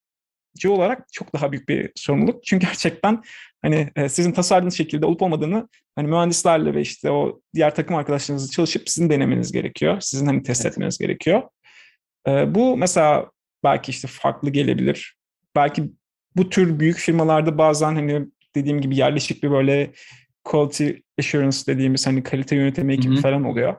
olarak çok daha büyük bir sorumluluk. Çünkü gerçekten hani e, sizin tasarladığınız şekilde olup olmadığını hani mühendislerle ve işte o diğer takım arkadaşlarınızla çalışıp sizin denemeniz gerekiyor. Sizin hani test Evet. etmeniz gerekiyor. E, bu mesela belki işte farklı gelebilir. Belki bu tür büyük firmalarda bazen hani dediğim gibi yerleşik bir böyle quality assurance dediğimiz hani kalite yönetimi Hı ekibi hı. falan oluyor.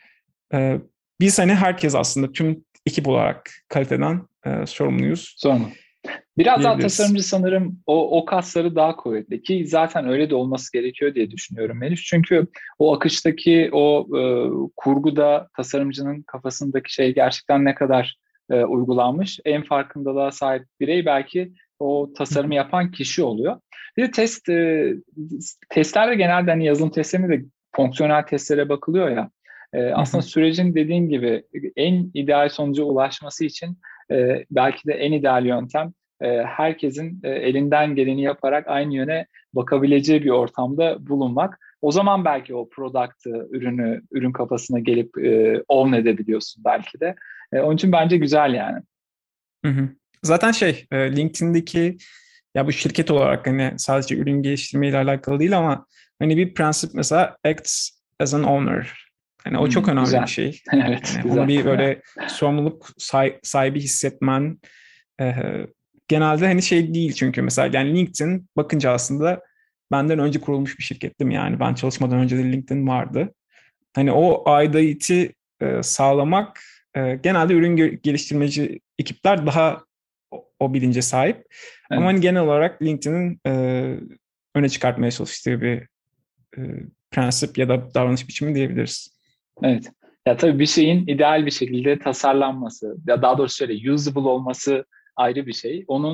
E, biz hani herkes aslında tüm ekip olarak kaliteden e, sorumluyuz Sorma. Biraz daha diyebiliriz. tasarımcı sanırım o, o kasları daha kuvvetli ki zaten öyle de olması gerekiyor diye düşünüyorum Melih. Çünkü o akıştaki o e, kurguda tasarımcının kafasındaki şey gerçekten ne kadar e, uygulanmış. En farkındalığa sahip birey belki o tasarımı yapan kişi oluyor. Bir de test e, testlerde genelde hani yazılım testlerinde de fonksiyonel testlere bakılıyor ya. E, aslında sürecin dediğin gibi en ideal sonuca ulaşması için e, belki de en ideal yöntem e, herkesin e, elinden geleni yaparak aynı yöne bakabileceği bir ortamda bulunmak. O zaman belki o product'ı, ürünü, ürün kafasına gelip e, own edebiliyorsun belki de. E, onun için bence güzel yani. Hı hı. Zaten şey e, LinkedIn'deki ya bu şirket olarak hani sadece ürün geliştirme ile alakalı değil ama hani bir prensip mesela act as an owner. Hani o çok Hmm, önemli bir güzel. şey. Evet, Yani onu güzel. bir böyle sorumluluk say- sahibi hissetmen e, genelde hani şey değil çünkü mesela yani LinkedIn bakınca aslında benden önce kurulmuş bir şirkettim yani ben çalışmadan önce de LinkedIn vardı. Hani o aidiyeti e, sağlamak e, genelde ürün geliştirmeci ekipler daha o, o bilince sahip. Ama hani Evet, genel olarak LinkedIn'in e, öne çıkartmaya çalıştığı bir e, prensip ya da davranış biçimi diyebiliriz. evet. Ya tabii bir şeyin ideal bir şekilde tasarlanması, ya daha doğrusu şöyle usable olması ayrı bir şey. Onun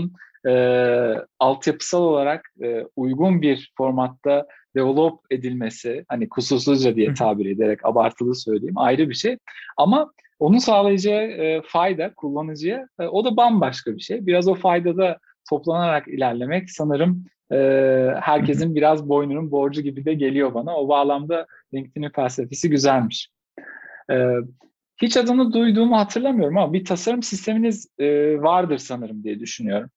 e, altyapısal olarak e, uygun bir formatta develop edilmesi, hani kusursuzca diye tabir ederek abartılı söyleyeyim, ayrı bir şey. Ama onun sağlayacağı e, fayda kullanıcıya e, o da bambaşka bir şey. Biraz o faydada toplanarak ilerlemek sanırım e, herkesin biraz boynunun borcu gibi de geliyor bana. O bağlamda LinkedIn'in felsefesi güzelmiş. E, Hiç adını duyduğumu hatırlamıyorum ama bir tasarım sisteminiz e, vardır sanırım diye düşünüyorum.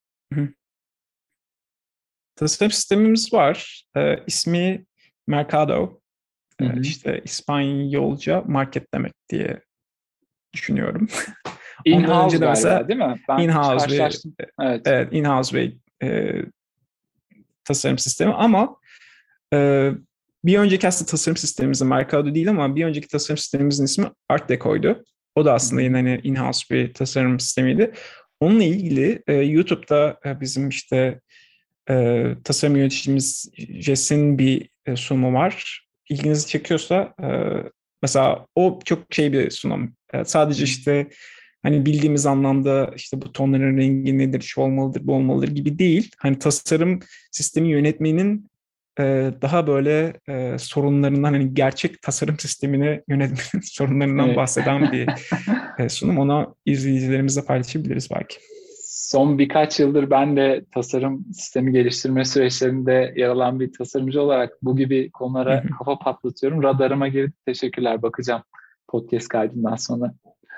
Tasarım sistemimiz var. Ee, ismi Mercado. Hı Ee, hı. işte İspanyolca market demek diye düşünüyorum. Ondan In-house önce de galiba mesela değil mi? Ben hiç in-house bir karşılaştım. Evet. evet, in-house bir e, tasarım sistemi ama e, bir önceki aslında tasarım sistemimizin Mercado değil ama bir önceki tasarım sistemimizin ismi Art Deco'ydu. O da Hı aslında hı. yine hani in-house bir tasarım sistemiydi. Onunla ilgili e, YouTube'da e, bizim işte e, tasarım yöneticimiz Jess'in bir e, sunumu var. İlginizi çekiyorsa e, mesela o çok şey bir sunum. E, sadece işte hani bildiğimiz anlamda işte bu tonların rengi nedir, şu olmalıdır, bu olmalıdır gibi değil. Hani tasarım sistemi yönetmenin e, daha böyle e, sorunlarından hani gerçek tasarım sistemini yönetmenin sorunlarından Evet. bahseden bir e, sunum. Ona izleyicilerimizle paylaşabiliriz belki. Son birkaç yıldır ben de tasarım sistemi geliştirme süreçlerinde yer alan bir tasarımcı olarak bu gibi Hı konulara hı. kafa patlatıyorum. Radarıma girdi. Teşekkürler. Bakacağım podcast kaydından sonra.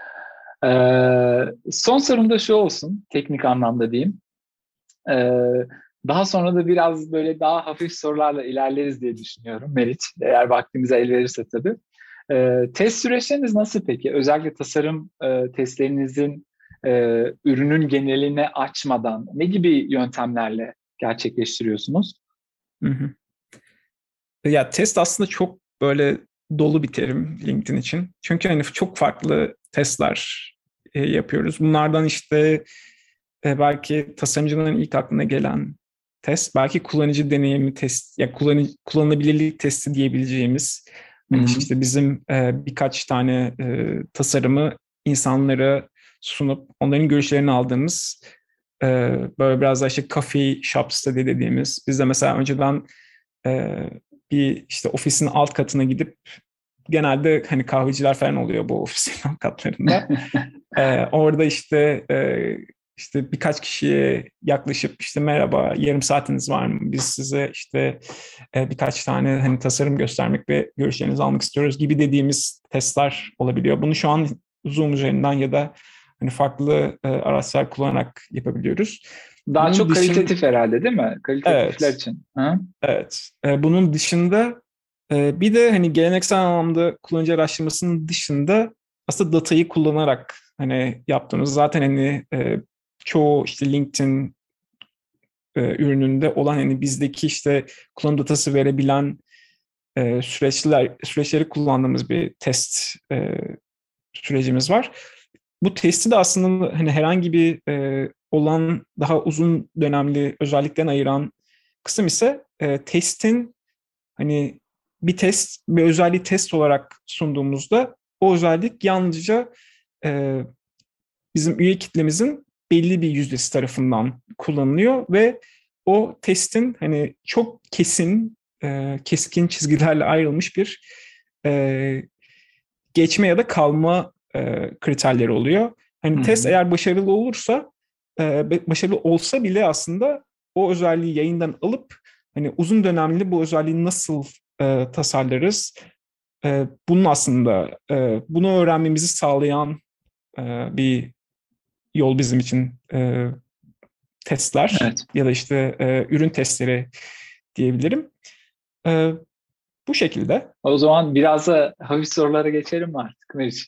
Ee, son sorum da şu olsun. Teknik anlamda diyeyim. Ee, Daha sonra da biraz böyle daha hafif sorularla ilerleriz diye düşünüyorum Meriç. Eğer vaktimize el verirse tabii. Ee, test süreçleriniz nasıl peki? Özellikle tasarım e, testlerinizin e, ürünün geneline açmadan ne gibi yöntemlerle gerçekleştiriyorsunuz? Hı hı. Ya test aslında çok böyle dolu bir terim LinkedIn için. Çünkü hani çok farklı testler e, yapıyoruz. Bunlardan işte e, belki tasarımcıların ilk aklına gelen test, belki kullanıcı deneyimi test, ya kullanıcı, kullanılabilirlik testi diyebileceğimiz. Hı Hani hı. işte bizim e, birkaç tane e, tasarımı insanlara sunup onların görüşlerini aldığımız e, böyle biraz daha işte coffee shop study dediğimiz. Biz de mesela önceden e, bir işte ofisin alt katına gidip genelde hani kahveciler falan oluyor bu ofisin alt katlarında. Ee, orada işte e, işte birkaç kişiye yaklaşıp işte merhaba yarım saatiniz var mı? Biz size işte e, birkaç tane hani tasarım göstermek ve görüşlerinizi almak istiyoruz gibi dediğimiz testler olabiliyor. Bunu şu an Zoom üzerinden ya da hani farklı e, araçlar kullanarak yapabiliyoruz. Daha Bunun çok dışın kalitatif herhalde değil mi? Kalitatifler evet. için. Hı? Evet. E, bunun dışında e, bir de hani geleneksel anlamda kullanıcı araştırmasının dışında aslında datayı kullanarak hani yaptığımız zaten hani e, çoğu işte LinkedIn e, ürününde olan hani bizdeki işte kullanım datası verebilen e, süreçler süreçleri kullandığımız bir test e, sürecimiz var. Bu testi de aslında hani herhangi bir e, olan daha uzun dönemli özellikten ayıran kısım ise e, testin hani bir test, bir özelliği test olarak sunduğumuzda o özellik yalnızca e, bizim üye kitlemizin belli bir yüzdesi tarafından kullanılıyor ve o testin hani çok kesin, e, keskin çizgilerle ayrılmış bir e, geçme ya da kalma e, kriterleri oluyor. Hı Hani test hı. eğer başarılı olursa, e, başarılı olsa bile aslında o özelliği yayından alıp hani uzun dönemli bu özelliği nasıl e, tasarlarız? E, bunun aslında e, bunu öğrenmemizi sağlayan e, bir yol bizim için e, testler Evet. ya da işte e, ürün testleri diyebilirim. E, bu şekilde. O zaman biraz da hafif sorulara geçelim mi artık Meriç?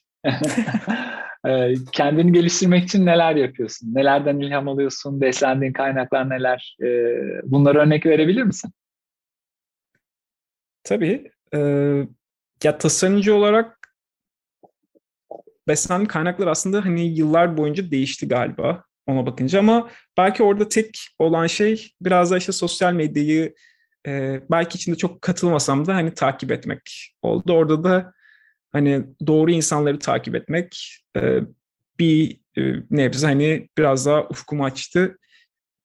Ee, Kendini geliştirmek için neler yapıyorsun? Nelerden ilham alıyorsun? Beslendiğin kaynaklar neler? Ee, bunlara örnek verebilir misin? Tabii. E, ya tasarımcı olarak beslenme kaynakları aslında hani yıllar boyunca değişti galiba ona bakınca ama belki orada tek olan şey biraz da işte sosyal medyayı e, belki içinde çok katılmasam da hani takip etmek oldu. Orada da hani doğru insanları takip etmek e, bir e, nebze hani biraz daha ufkumu açtı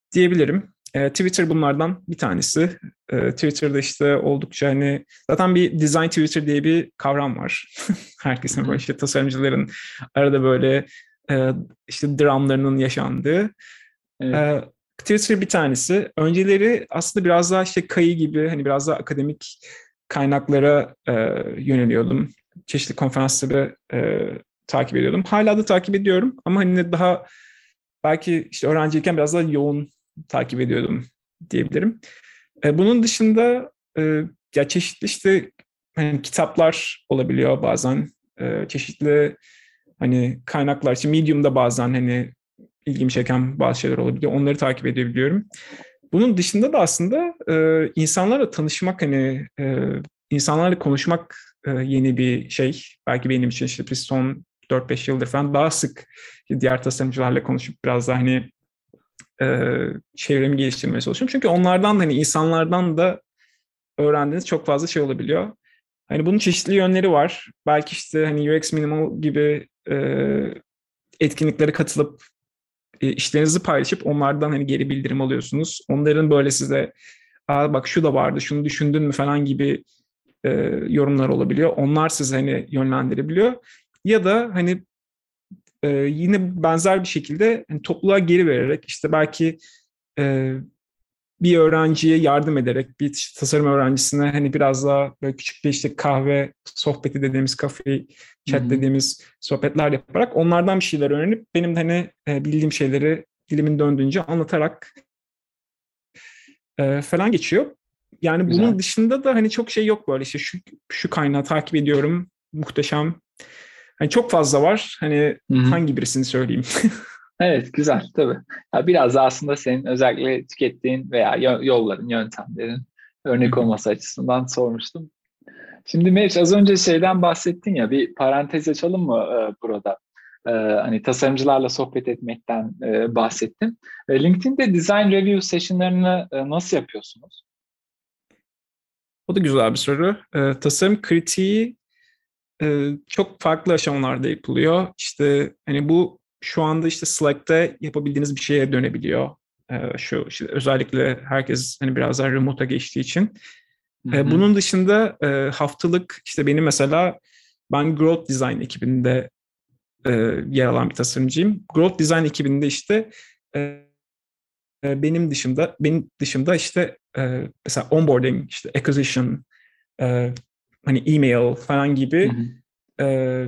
diyebilirim. E, Twitter bunlardan bir tanesi. E, Twitter'da işte oldukça hani zaten bir design Twitter diye bir kavram var. Herkesin böyle işte tasarımcıların arada böyle e, işte dramlarının yaşandığı. Evet. E, Twitter bir tanesi. Önceleri aslında biraz daha işte Kayı gibi hani biraz daha akademik kaynaklara e, yöneliyordum. Çeşitli konferansları e, takip ediyordum. Hala da takip ediyorum ama hani daha belki işte öğrenciyken biraz daha yoğun takip ediyordum diyebilirim. E, bunun dışında e, ya çeşitli işte hani kitaplar olabiliyor bazen. E, çeşitli hani kaynaklar için Medium'da bazen hani ilgimi çeken bazı şeyler olabiliyor. Onları takip edebiliyorum. Bunun dışında da aslında e, insanlarla tanışmak hani e, insanlarla konuşmak e, yeni bir şey. Belki benim için işte biz son dört beş yıldır falan daha sık diğer tasarımcılarla konuşup biraz daha hani e, çevremi geliştirmeye çalışıyorum. Çünkü onlardan hani insanlardan da öğrendiğiniz çok fazla şey olabiliyor. Hani bunun çeşitli yönleri var. Belki işte hani U X Minimal gibi e, etkinliklere katılıp e, işlerinizi paylaşıp onlardan hani geri bildirim alıyorsunuz. Onların böyle size aa bak şu da vardı, şunu düşündün mü falan gibi e, yorumlar olabiliyor. Onlar sizi hani yönlendirebiliyor. Ya da hani e, yine benzer bir şekilde hani topluluğa geri vererek işte belki e, bir öğrenciye yardım ederek bir işte tasarım öğrencisine hani biraz daha böyle küçük bir işte kahve sohbeti dediğimiz kafe Hı chat hı. dediğimiz sohbetler yaparak onlardan bir şeyler öğrenip benim de hani e, bildiğim şeyleri dilimin döndüğünce anlatarak e, falan geçiyor. Yani Güzel. bunun dışında da hani çok şey yok böyle işte şu şu kaynağı takip ediyorum muhteşem. Hani çok fazla var. Hani Hı hı. hangi birisini söyleyeyim? Evet, güzel tabii. Ya biraz da aslında senin özellikle tükettiğin veya yo- yolların, yöntemlerin örnek olması açısından sormuştum. Şimdi Meriç az önce şeyden bahsettin ya bir parantez açalım mı e, burada? E, hani tasarımcılarla sohbet etmekten e, bahsettin. E, LinkedIn'de design review session'larını e, nasıl yapıyorsunuz? O da güzel bir soru. E, tasarım kritiği e, çok farklı aşamalarda yapılıyor. İşte hani bu şu anda işte Slack'te yapabildiğiniz bir şeye dönebiliyor. E, şu işte özellikle herkes hani biraz daha remote'a geçtiği için. Hı E, hı. bunun dışında e, haftalık işte benim mesela ben Growth Design ekibinde e, yer alan bir tasarımcıyım. Growth Design ekibinde işte e, benim dışımda benim dışımda işte e, mesela onboarding, işte acquisition, e, hani email falan Hı gibi hı. e,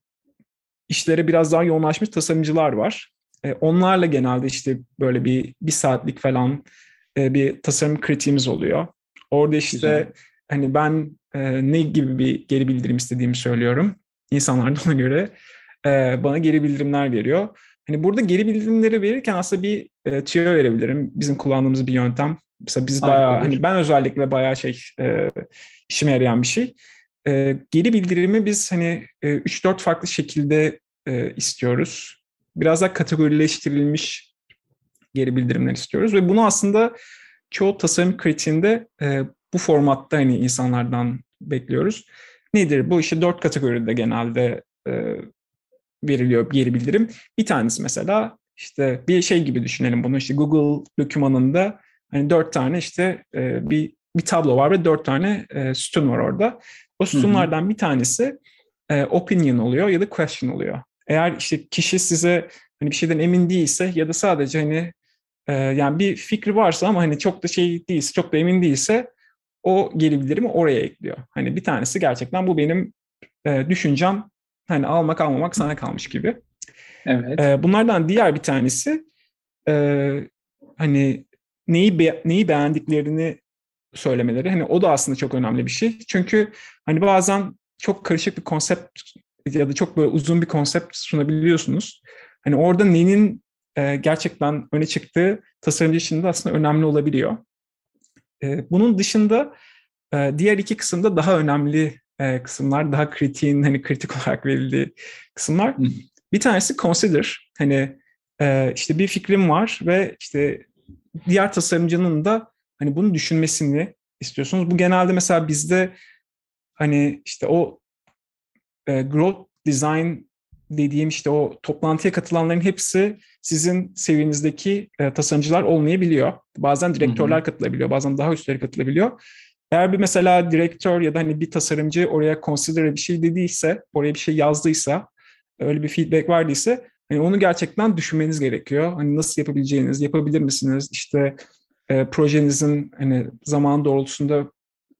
işlere biraz daha yoğunlaşmış tasarımcılar var. E, onlarla genelde işte böyle bir bir saatlik falan e, bir tasarım kritiğimiz oluyor. Orada Güzel. işte hani ben e, ne gibi bir geri bildirim istediğimi söylüyorum. İnsanlar da ona göre e, bana geri bildirimler veriyor. Hani burada geri bildirimleri verirken aslında bir e, tüyo verebilirim. Bizim kullandığımız bir yöntem. Mesela biz Harika bayağı olur. hani ben özellikle bayağı şey e, işime yarayan bir şey. E, geri bildirimi biz hani e, üç dört farklı şekilde e, istiyoruz. Biraz daha kategorileştirilmiş geri bildirimler istiyoruz ve bunu aslında çoğu tasarım kritiğinde e, bu formatta hani insanlardan bekliyoruz. Nedir? Bu işte dört kategoride genelde e, veriliyor geri bildirim. Bir tanesi mesela işte bir şey gibi düşünelim bunu işte Google dokümanında hani dört tane işte e, bir bir tablo var ve dört tane e, sütun var orada. O Hı hı. sütunlardan bir tanesi e, opinion oluyor ya da question oluyor. Eğer işte kişi size hani bir şeyden emin değilse ya da sadece hani e, yani bir fikri varsa ama hani çok da şey değilse, çok da emin değilse o geri bildirimi oraya ekliyor. Hani bir tanesi gerçekten bu benim e, düşüncem hani almak almamak sana kalmış gibi. Evet. E, bunlardan diğer bir tanesi e, hani neyi be- neyi beğendiklerini söylemeleri. Hani o da aslında çok önemli bir şey. Çünkü hani bazen çok karışık bir konsept ya da çok böyle uzun bir konsept sunabiliyorsunuz. Hani orada neyin e, gerçekten öne çıktığı tasarımcı için de aslında önemli olabiliyor. E, bunun dışında e, diğer iki kısımda daha önemli e, kısımlar, daha kritiğin hani kritik olarak verildiği kısımlar. Hı hı. Bir tanesi consider. Hani e, işte bir fikrim var ve işte diğer tasarımcının da hani bunu düşünmesini istiyorsunuz. Bu genelde mesela bizde hani işte o e, growth design dediğim işte o toplantıya katılanların hepsi sizin seviyenizdeki e, tasarımcılar olmayabiliyor. Bazen direktörler Hı hı. katılabiliyor, bazen daha üstleri katılabiliyor. Eğer bir mesela direktör ya da hani bir tasarımcı oraya consider bir şey dediyse, oraya bir şey yazdıysa, öyle bir feedback verdiyse hani onu gerçekten düşünmeniz gerekiyor. Hani nasıl yapabileceğiniz, yapabilir misiniz? İşte e, projenizin hani zaman doğrultusunda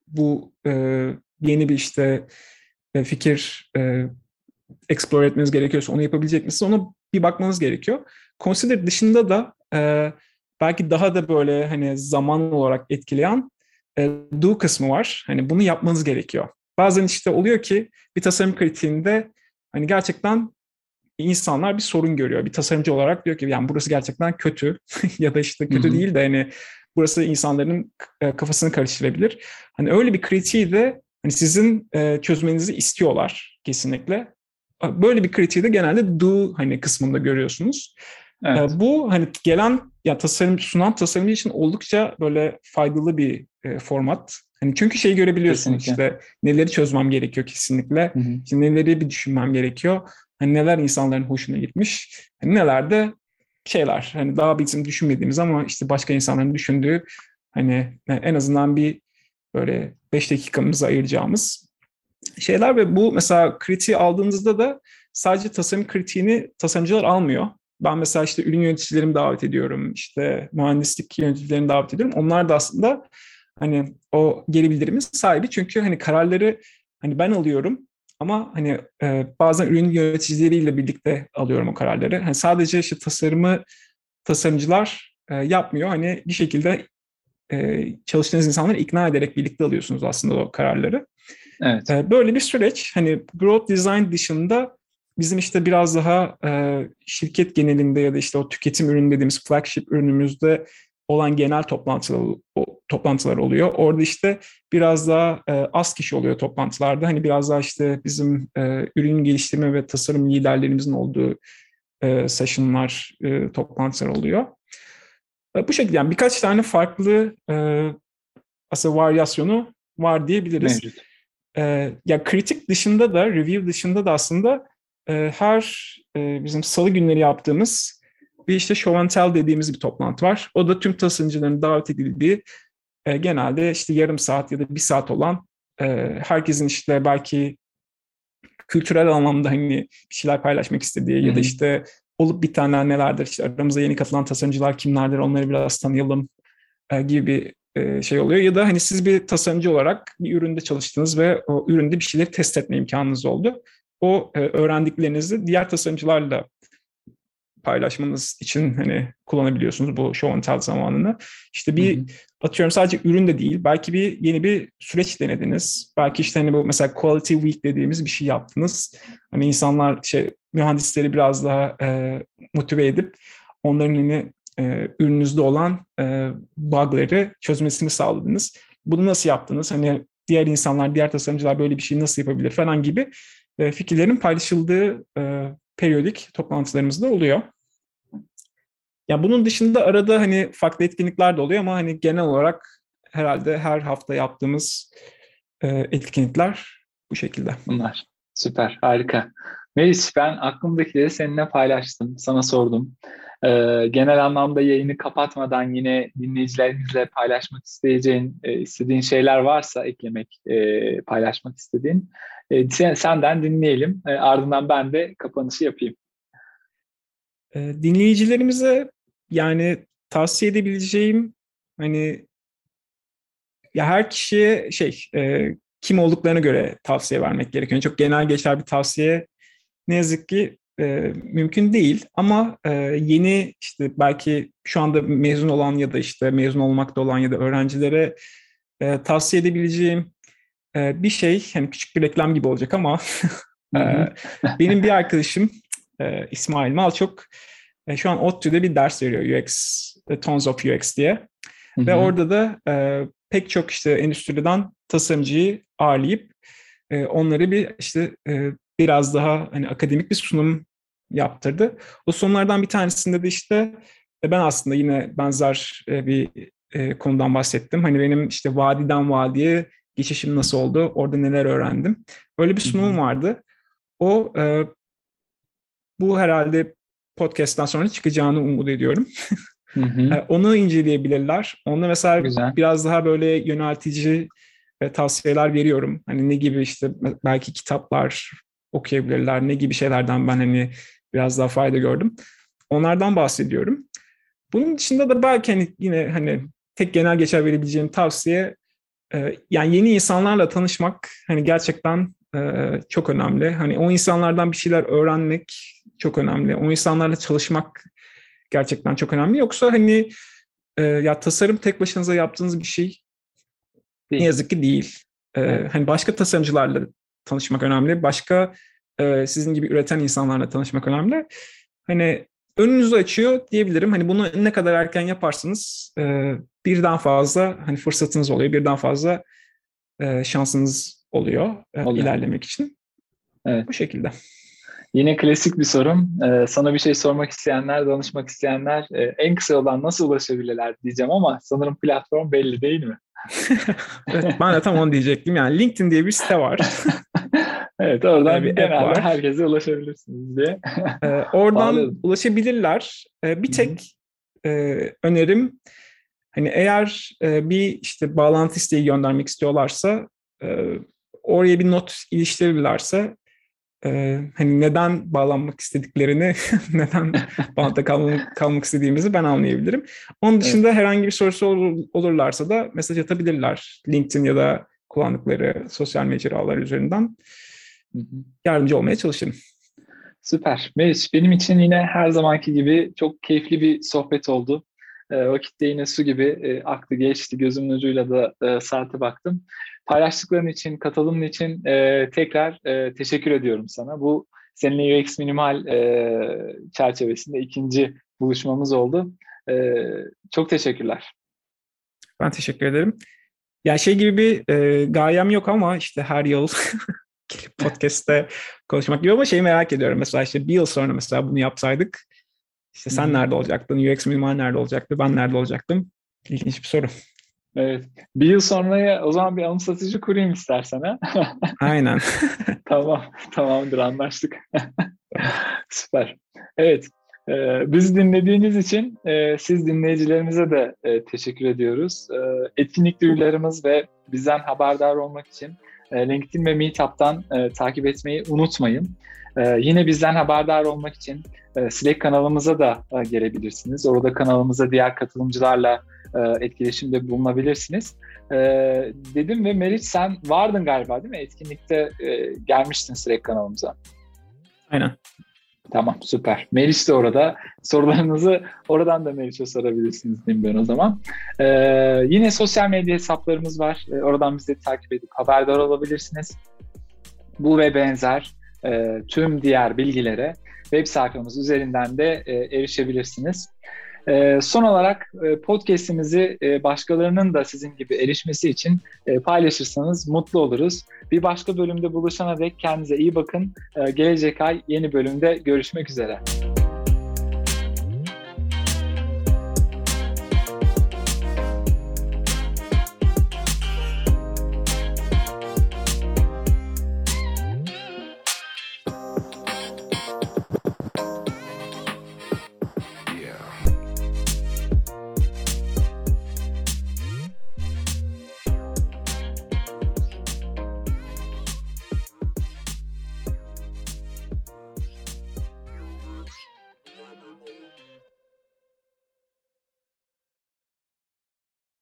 bu e, yeni bir işte e, fikir e, explore etmeniz gerekiyorsa onu yapabilecek misiniz? Ona bir bakmanız gerekiyor. Consider dışında da e, belki daha da böyle hani zaman olarak etkileyen e, do kısmı var. Hani bunu yapmanız gerekiyor. Bazen işte oluyor ki bir tasarım kritiğinde hani gerçekten insanlar bir sorun görüyor. Bir tasarımcı olarak diyor ki yani burası gerçekten kötü ya da işte Hı kötü hı. değil de hani burası insanların e, kafasını karıştırabilir. Hani öyle bir kritiği de hani sizin e, çözmenizi istiyorlar kesinlikle. Böyle bir kritiği de genelde do hani kısmında görüyorsunuz. Evet, E, bu hani gelen ya tasarım sunan tasarımcı için oldukça böyle faydalı bir e, format. Hani çünkü şeyi görebiliyorsunuz kesinlikle. işte neleri çözmem gerekiyor kesinlikle. Hı hı. İşte neleri bir düşünmem gerekiyor. Hani neler insanların hoşuna gitmiş. Hani neler de şeyler hani daha bizim düşünmediğimiz ama işte başka insanların düşündüğü hani en azından bir böyle beş dakikamızı ayıracağımız şeyler ve bu mesela kritiği aldığınızda da sadece tasarım kritiğini tasarımcılar almıyor. Ben mesela işte ürün yöneticilerimi davet ediyorum, işte mühendislik yöneticilerini davet ediyorum. Onlar da aslında hani o geri bildirimin sahibi çünkü hani kararları hani ben alıyorum ama hani e, bazen ürün yöneticileriyle birlikte alıyorum o kararları. Hani sadece işte tasarımı tasarımcılar e, yapmıyor. Hani bir şekilde e, çalıştığınız insanları ikna ederek birlikte alıyorsunuz aslında o kararları. Evet. E, böyle bir süreç. Hani growth design dışında bizim işte biraz daha e, şirket genelinde ya da işte o tüketim ürünü dediğimiz flagship ürünümüzde olan genel toplantılar, o, toplantılar oluyor. Orada işte biraz daha e, az kişi oluyor toplantılarda. Hani biraz daha işte bizim e, ürün geliştirme ve tasarım liderlerimizin olduğu e, session'lar, e, toplantılar oluyor. E, bu şekilde yani birkaç tane farklı e, aslında varyasyonu var diyebiliriz. Mevcut. E, ya kritik dışında da, review dışında da aslında e, her e, bizim salı günleri yaptığımız bir işte show and tell dediğimiz bir toplantı var. O da tüm tasarımcıların davet edildiği e, genelde işte yarım saat ya da bir saat olan e, herkesin işte belki kültürel anlamda hani bir şeyler paylaşmak istediği Hı ya da hı. işte olup bitenler nelerdir, işte aramıza yeni katılan tasarımcılar kimlerdir onları biraz tanıyalım e, gibi bir e, şey oluyor. Ya da hani siz bir tasarımcı olarak bir üründe çalıştınız ve o üründe bir şeyleri test etme imkanınız oldu. O e, öğrendiklerinizi diğer tasarımcılarla paylaşmanız için hani kullanabiliyorsunuz bu show and tell zamanını. İşte Hı bir hı. atıyorum sadece ürün de değil, belki bir yeni bir süreç denediniz. Belki işte hani bu mesela quality week dediğimiz bir şey yaptınız. Hani insanlar şey mühendisleri biraz daha e, motive edip onların hani e, ürününüzde olan e, bug'ları çözmesini sağladınız. Bunu nasıl yaptınız? Hani diğer insanlar, diğer tasarımcılar böyle bir şey nasıl yapabilir falan gibi e, fikirlerin paylaşıldığı e, periyodik toplantılarımız da oluyor. Ya bunun dışında arada hani farklı etkinlikler de oluyor ama hani genel olarak herhalde her hafta yaptığımız e, etkinlikler bu şekilde. Bunlar. Süper, harika. Melis, ben aklımdakileri seninle paylaştım, sana sordum. Ee, genel anlamda yayını kapatmadan yine dinleyicilerimizle paylaşmak isteyeceğin, e, istediğin şeyler varsa eklemek, e, paylaşmak istediğin, e, sen- senden dinleyelim. E, ardından ben de kapanışı yapayım. E, dinleyicilerimize yani tavsiye edebileceğim hani ya her kişiye şey e, kim olduklarına göre tavsiye vermek gerekiyor. Yani çok genel geçer bir tavsiye ne yazık ki e, mümkün değil ama e, yeni işte belki şu anda mezun olan ya da işte mezun olmakta olan ya da öğrencilere e, tavsiye edebileceğim e, bir şey hani küçük bir reklam gibi olacak ama Hı e, hı. benim bir arkadaşım e, İsmail Malçok e, şu an ODTÜ'de bir ders veriyor U X, e, Tons of U X diye Hı ve hı. orada da e, pek çok işte endüstriden tasarımcıyı ağırlayıp e, onları bir işte e, biraz daha hani akademik bir sunum yaptırdı. O sunumlardan bir tanesinde de işte e, ben aslında yine benzer e, bir e, konudan bahsettim. Hani benim işte vadiden vadiye geçişim nasıl oldu, orada neler öğrendim. Öyle bir Hı sunum hı. vardı. O e, bu herhalde podcast'tan sonra çıkacağını umut ediyorum. Hı hı. Onu inceleyebilirler. Onda mesela Güzel. biraz daha böyle yöneltici e, tavsiyeler veriyorum. Hani ne gibi işte belki kitaplar okuyabilirler, ne gibi şeylerden ben hani biraz daha fayda gördüm. Onlardan bahsediyorum. Bunun dışında da belki hani yine hani tek genel geçer verebileceğim tavsiye e, yani yeni insanlarla tanışmak hani gerçekten e, çok önemli. Hani o insanlardan bir şeyler öğrenmek çok önemli. O insanlarla çalışmak gerçekten çok önemli. Yoksa hani e, ya tasarım tek başınıza yaptığınız bir şey ne Değil. yazık ki değil. E, Evet. Hani başka tasarımcılarla tanışmak önemli. Başka e, sizin gibi üreten insanlarla tanışmak önemli. Hani önünüzü açıyor diyebilirim. Hani bunu ne kadar erken yaparsınız e, birden fazla hani fırsatınız oluyor. Birden fazla e, şansınız oluyor e, Oluyor. ilerlemek için. Evet. Bu şekilde. Yine klasik bir sorum. Ee, sana bir şey sormak isteyenler, danışmak isteyenler e, en kısa yoldan nasıl ulaşabilirler diyeceğim ama sanırım platform belli değil mi? Evet, ben de tam onu diyecektim. Yani LinkedIn diye bir site var. Evet, e, oradan bir app genelde var. herkese ulaşabilirsiniz diye E, oradan bağladım. ulaşabilirler. E, bir Hı hı. tek e, önerim hani eğer e, bir işte bağlantı isteği göndermek istiyorlarsa e, oraya bir not iliştirirlerse e, hani neden bağlanmak istediklerini, neden bağlantıda kalmak, kalmak istediğimizi ben anlayabilirim. Onun Evet. dışında herhangi bir sorusu olur, olurlarsa da mesaj atabilirler. LinkedIn ya da kullandıkları sosyal mecralar üzerinden Hı hı. yardımcı olmaya çalışırım. Süper. Meriç, benim için yine her zamanki gibi çok keyifli bir sohbet oldu. E, vakit de yine su gibi e, aktı geçti. Gözümün ucuyla da e, saate baktım. Paylaştıkların için, katılımın için e, tekrar e, teşekkür ediyorum sana. Bu seninle U X Minimal e, çerçevesinde ikinci buluşmamız oldu. E, çok teşekkürler. Ben teşekkür ederim. Ya şey gibi bir e, gayem yok ama işte her yıl gelip podcast'te konuşmak gibi ama şeyi merak ediyorum. Mesela işte bir yıl sonra mesela bunu yapsaydık işte Hı sen hı. nerede olacaktın? U X mimar nerede olacaktı? Ben nerede olacaktım? İlginç bir soru. Evet. Bir yıl sonraya o zaman bir anımsatıcı kurayım istersen ha. Aynen. Tamam, tamamdır anlaştık. Süper. Evet, e, biz dinlediğiniz için e, siz dinleyicilerimize de e, teşekkür ediyoruz. E, etkinlik duyurularımız ve bizden haberdar olmak için e, LinkedIn ve Meetup'tan e, takip etmeyi unutmayın. E, yine bizden haberdar olmak için e, Slack kanalımıza da e, gelebilirsiniz. Orada kanalımıza diğer katılımcılarla e, etkileşimde bulunabilirsiniz. E, dedim ve Meriç sen vardın galiba değil mi? Etkinlikte e, gelmiştin Slack kanalımıza. Aynen. Tamam, süper. Meriç de orada. Sorularınızı oradan da Meriç'e sorabilirsiniz diyeyim ben o zaman. Ee, yine sosyal medya hesaplarımız var. Ee, oradan bizi takip edip haberdar olabilirsiniz. Bu ve benzer e, tüm diğer bilgilere web sayfamız üzerinden de e, erişebilirsiniz. E, son olarak e, podcast'imizi e, başkalarının da sizin gibi erişmesi için e, paylaşırsanız mutlu oluruz. Bir başka bölümde buluşana dek kendinize iyi bakın. E, gelecek ay yeni bölümde görüşmek üzere.